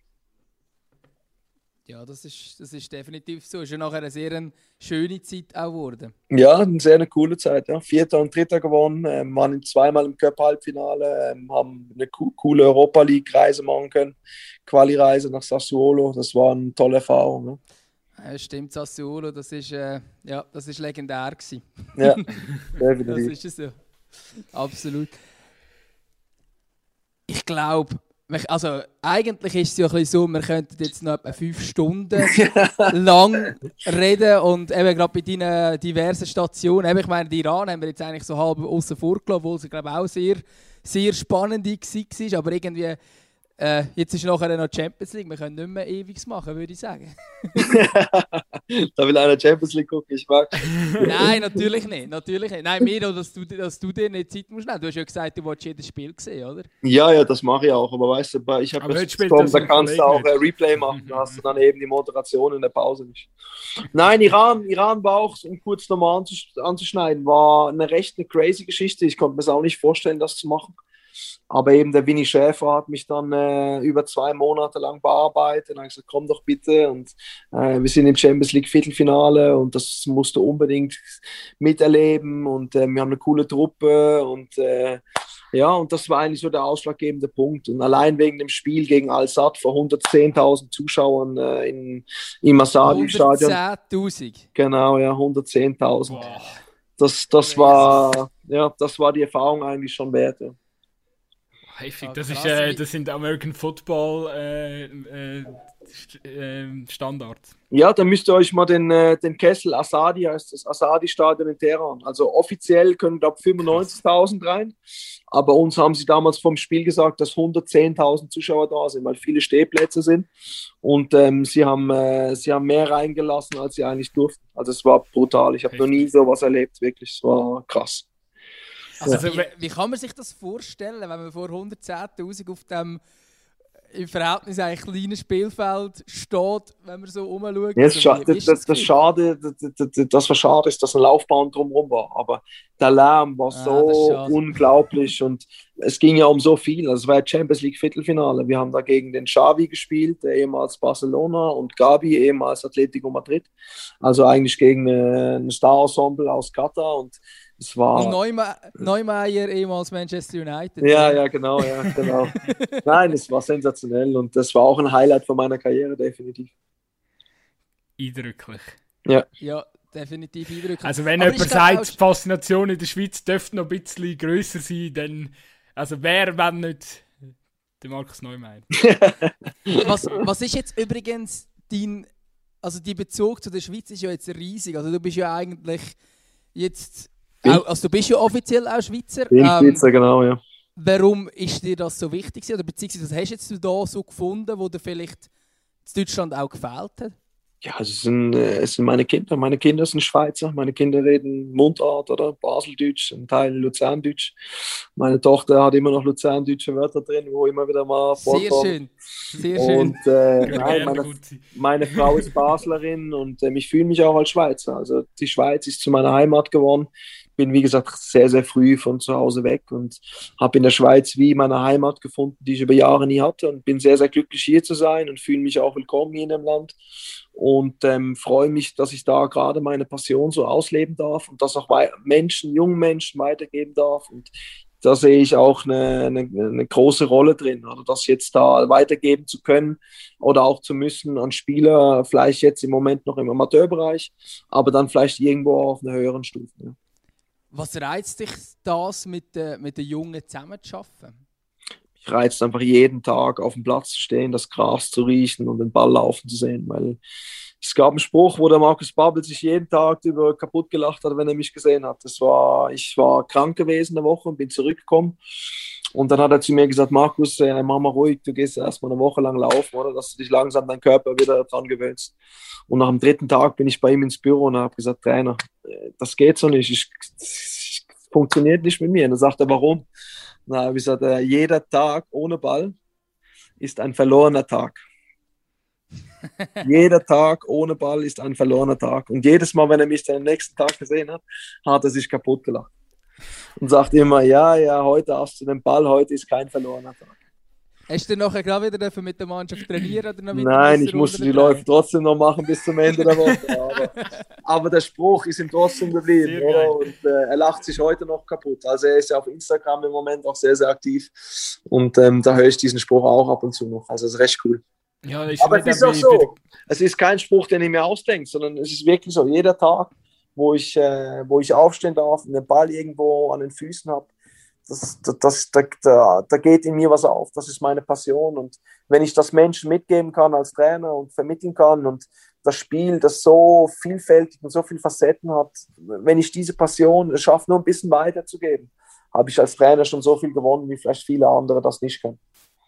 Ja, das ist, das ist definitiv so. Es ist ja nachher eine sehr schöne Zeit auch geworden. Ja, eine sehr eine coole Zeit. Ja. Vierter und Dritter gewonnen, ähm, waren zweimal im Cup-Halbfinale, ähm, haben eine co- coole Europa-League-Reise machen können, Quali-Reise nach Sassuolo. Das war eine tolle Erfahrung. Ne? Ja, stimmt, Sassuolo, das ist, äh, ja, das ist legendär gewesen. Ja, Das definitiv. ist es ja. Absolut. Ich glaube, also eigentlich ist es ja ein bisschen so, wir könnten jetzt noch etwa fünf Stunden lang reden und eben gerade bei deinen diversen Stationen, eben, ich meine, den Iran haben wir jetzt eigentlich so halb außen vor gelassen, obwohl es, glaube ich, auch sehr, sehr spannend war, aber irgendwie, äh, jetzt ist nachher noch die Champions League, wir können nicht mehr ewig machen, würde ich sagen. Da will einer Champions League gucken, ich mag. Nein, natürlich nicht, natürlich nicht. Nein, mehr, dass du, dass du dir nicht Zeit musst nehmen. Du hast ja gesagt, du wolltest jedes Spiel sehen, oder? Ja, ja, das mache ich auch. Aber weißt du, ich habe Aber das heute spielt bekommen, das da ein kannst du Kollege auch äh, nicht. Replay machen. Da hast du dann eben die Moderation in der Pause nicht. Nein, Iran, Iran war auch, um kurz nochmal anzusch- anzuschneiden, war eine recht eine crazy Geschichte. Ich konnte mir es auch nicht vorstellen, das zu machen. Aber eben der Winnie Schäfer hat mich dann äh, über zwei Monate lang bearbeitet und hat gesagt, komm doch bitte. Und äh, wir sind im Champions League Viertelfinale und das musst du unbedingt miterleben. Und äh, wir haben eine coole Truppe und äh, ja, und das war eigentlich so der ausschlaggebende Punkt. Und allein wegen dem Spiel gegen Al-Sadd vor hundertzehntausend Zuschauern äh, in, im Asadi-Stadion. hundertzehntausend. Genau, ja, hundertzehntausend. Boah. Das, das, war, ja, das war die Erfahrung eigentlich schon wert. Ja. Heftig, Ah, das, krass. ist, äh, das sind American Football äh, äh, St äh, Standards. Ja, dann müsst ihr euch mal den, äh, den Kessel, Asadi heißt das, Asadi-Stadion in Teheran. Also offiziell können, glaube ich, fünfundneunzigtausend rein. Aber uns haben sie damals vom Spiel gesagt, dass hundertzehntausend Zuschauer da sind, weil viele Stehplätze sind. Und ähm, sie, haben, äh, sie haben mehr reingelassen, als sie eigentlich durften. Also es war brutal. Ich habe noch nie sowas erlebt, wirklich. Es war krass. Also, Also, wie, wie kann man sich das vorstellen, wenn man vor hundertzehntausend auf dem im Verhältnis eigentlich kleinen Spielfeld steht, wenn man so rumschaut? Ja, das, Also, scha wie- das, wie ist das, das, Gefühl? schade, das, das, das war schade, ist, dass eine Laufbahn drumherum war. Aber der Lärm war Ah, das ist so schade. unglaublich und es ging ja um so viel. Also es war ja Champions League Viertelfinale. Wir haben da gegen den Xavi gespielt, der ehemals Barcelona, und Gabi, ehemals Atletico Madrid. Also eigentlich gegen äh, ein Star-Ensemble aus Katar und es war... Und Neume Neumeier, ehemals Manchester United. Ja, ja, genau, ja, genau. Nein, es war sensationell und das war auch ein Highlight von meiner Karriere, definitiv. eindrücklich. Ja. Ja, definitiv eindrücklich. Also wenn Aber jemand ich glaub, sagt, die Faszination in der Schweiz dürfte noch ein bisschen grösser sein, dann, also wer, wenn nicht der Markus Neumeyer. Was, was ist jetzt übrigens dein, also dein Bezug zu der Schweiz ist ja jetzt riesig. Also du bist ja eigentlich jetzt, auch, also du bist ja offiziell auch Schweizer. In Ähm, Schweizer, genau, ja. warum ist dir das so wichtig gewesen? Oder beziehungsweise was hast jetzt du da so gefunden, wo dir vielleicht in Deutschland auch gefehlt hat? Ja, es sind, äh, es sind meine Kinder. Meine Kinder sind Schweizer. Meine Kinder reden Mundart oder Baseldeutsch, ein Teil Luzerndeutsch. Meine Tochter hat immer noch Luzerndeutsche Wörter drin, wo immer wieder mal Sehr vorkommen. schön, sehr schön. Und äh, Gerne nein, meine, gut sein. meine Frau ist Baslerin und ähm, ich fühle mich auch als Schweizer. Also die Schweiz ist zu meiner Heimat geworden. Bin, wie gesagt, sehr, sehr früh von zu Hause weg und habe in der Schweiz wie meine Heimat gefunden, die ich über Jahre nie hatte, und bin sehr, sehr glücklich, hier zu sein und fühle mich auch willkommen hier in dem Land und ähm, freue mich, dass ich da gerade meine Passion so ausleben darf und das auch Menschen, jungen Menschen weitergeben darf, und da sehe ich auch eine, eine, eine große Rolle drin, oder das jetzt da weitergeben zu können oder auch zu müssen an Spieler, vielleicht jetzt im Moment noch im Amateurbereich, aber dann vielleicht irgendwo auf einer höheren Stufe. Ja. Was reizt dich das, mit, äh, mit den Jungen zusammen zu arbeiten? Mich reizt einfach jeden Tag auf dem Platz zu stehen, das Gras zu riechen und den Ball laufen zu sehen, weil es gab einen Spruch, wo der Markus Babbel sich jeden Tag über kaputt gelacht hat, wenn er mich gesehen hat. Das war, ich war krank gewesen eine Woche und bin zurückgekommen. Und dann hat er zu mir gesagt, Markus, äh, mach mal ruhig, du gehst erstmal eine Woche lang laufen, oder, dass du dich langsam deinen Körper wieder dran gewöhnst. Und nach dem dritten Tag bin ich bei ihm ins Büro und habe gesagt, Trainer, das geht so nicht, ich, das funktioniert nicht mit mir. Und dann sagt er, warum? Na, habe ich gesagt, äh, jeder Tag ohne Ball ist ein verlorener Tag. Jeder Tag ohne Ball ist ein verlorener Tag. Und jedes Mal, wenn er mich dann am nächsten Tag gesehen hat, hat er sich kaputt gelacht. Und sagt immer, ja, ja, heute hast du den Ball, heute ist kein verlorener Tag. Hast du nachher gerade wieder mit der Mannschaft trainieren oder noch wieder Nein, ich musste die Läufe trotzdem noch machen bis zum Ende der Woche. Aber, aber der Spruch ist ihm trotzdem geblieben, oder? Und äh, er lacht sich heute noch kaputt. Also er ist ja auf Instagram im Moment auch sehr, sehr aktiv. Und ähm, da höre ich diesen Spruch auch ab und zu noch. Also das ist recht cool. Ja, ist aber es ist auch so. Es ist kein Spruch, den ich mir ausdenke, sondern es ist wirklich so. Jeder Tag, wo ich, äh, wo ich aufstehen darf und den Ball irgendwo an den Füßen habe, Das, das, das, da, da geht in mir was auf, das ist meine Passion, und wenn ich das Menschen mitgeben kann als Trainer und vermitteln kann und das Spiel, das so vielfältig und so viele Facetten hat, wenn ich diese Passion schaffe, nur ein bisschen weiterzugeben, habe ich als Trainer schon so viel gewonnen, wie vielleicht viele andere das nicht können.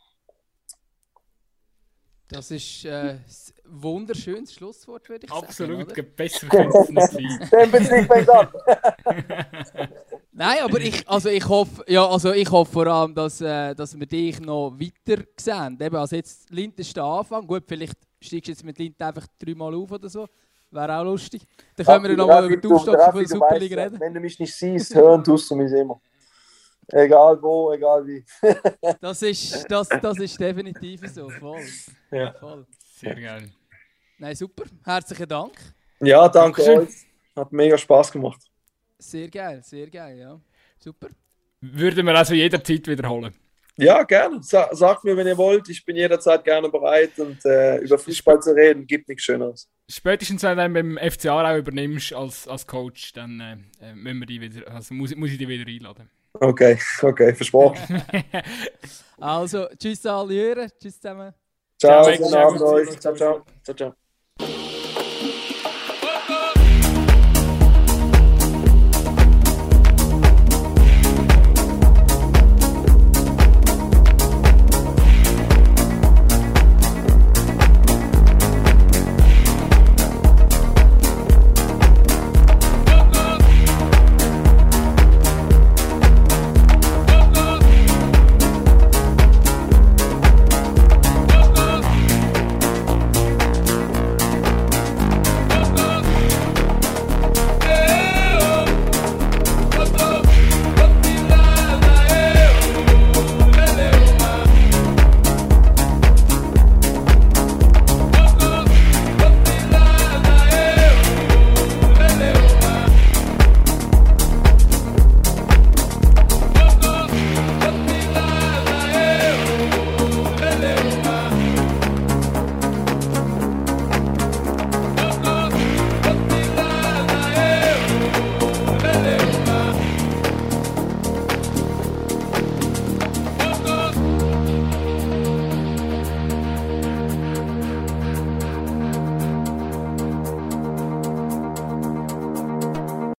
Das ist äh, ein wunderschönes Schlusswort, würde ich Absolut, sagen. Absolut, besser könnte es nicht sein. Dann bin ich nicht mehr da. Nein, aber ich, also ich hoffe, ja, also ich hoffe vor allem, dass, äh, dass wir dich noch weiter sehen. Eben, also jetzt, Lint ist der Anfang. Gut, vielleicht steigst du jetzt mit Lint einfach dreimal auf oder so. Wäre auch lustig. Dann können wir noch mal über die Aufstockung von der Superliga reden. Wenn du mich nicht siehst, hören tust du mich immer. Egal wo, egal wie. das, ist, das, das ist definitiv so, voll. Ja. voll. Sehr geil. Nein, super. Herzlichen Dank. Ja, danke Dankeschön. euch. Hat mega Spaß gemacht. Sehr geil, sehr geil, ja. Super. Würden wir also jederzeit wiederholen. Ja, gerne. Sa- sagt mir, wenn ihr wollt. Ich bin jederzeit gerne bereit, und äh, über Fußball zu reden, gibt nichts Schöneres. Spätestens wenn du dann beim F C Aarau übernimmst als, als Coach, dann äh, müssen wir die wieder, also muss, muss ich dich wieder einladen. Okay, okay, versprochen. Also, tschüss alle Hörer, tschüss zusammen. Ciao, Ciao, guten ciao. Abend euch. Ciao, ciao. Ciao, ciao.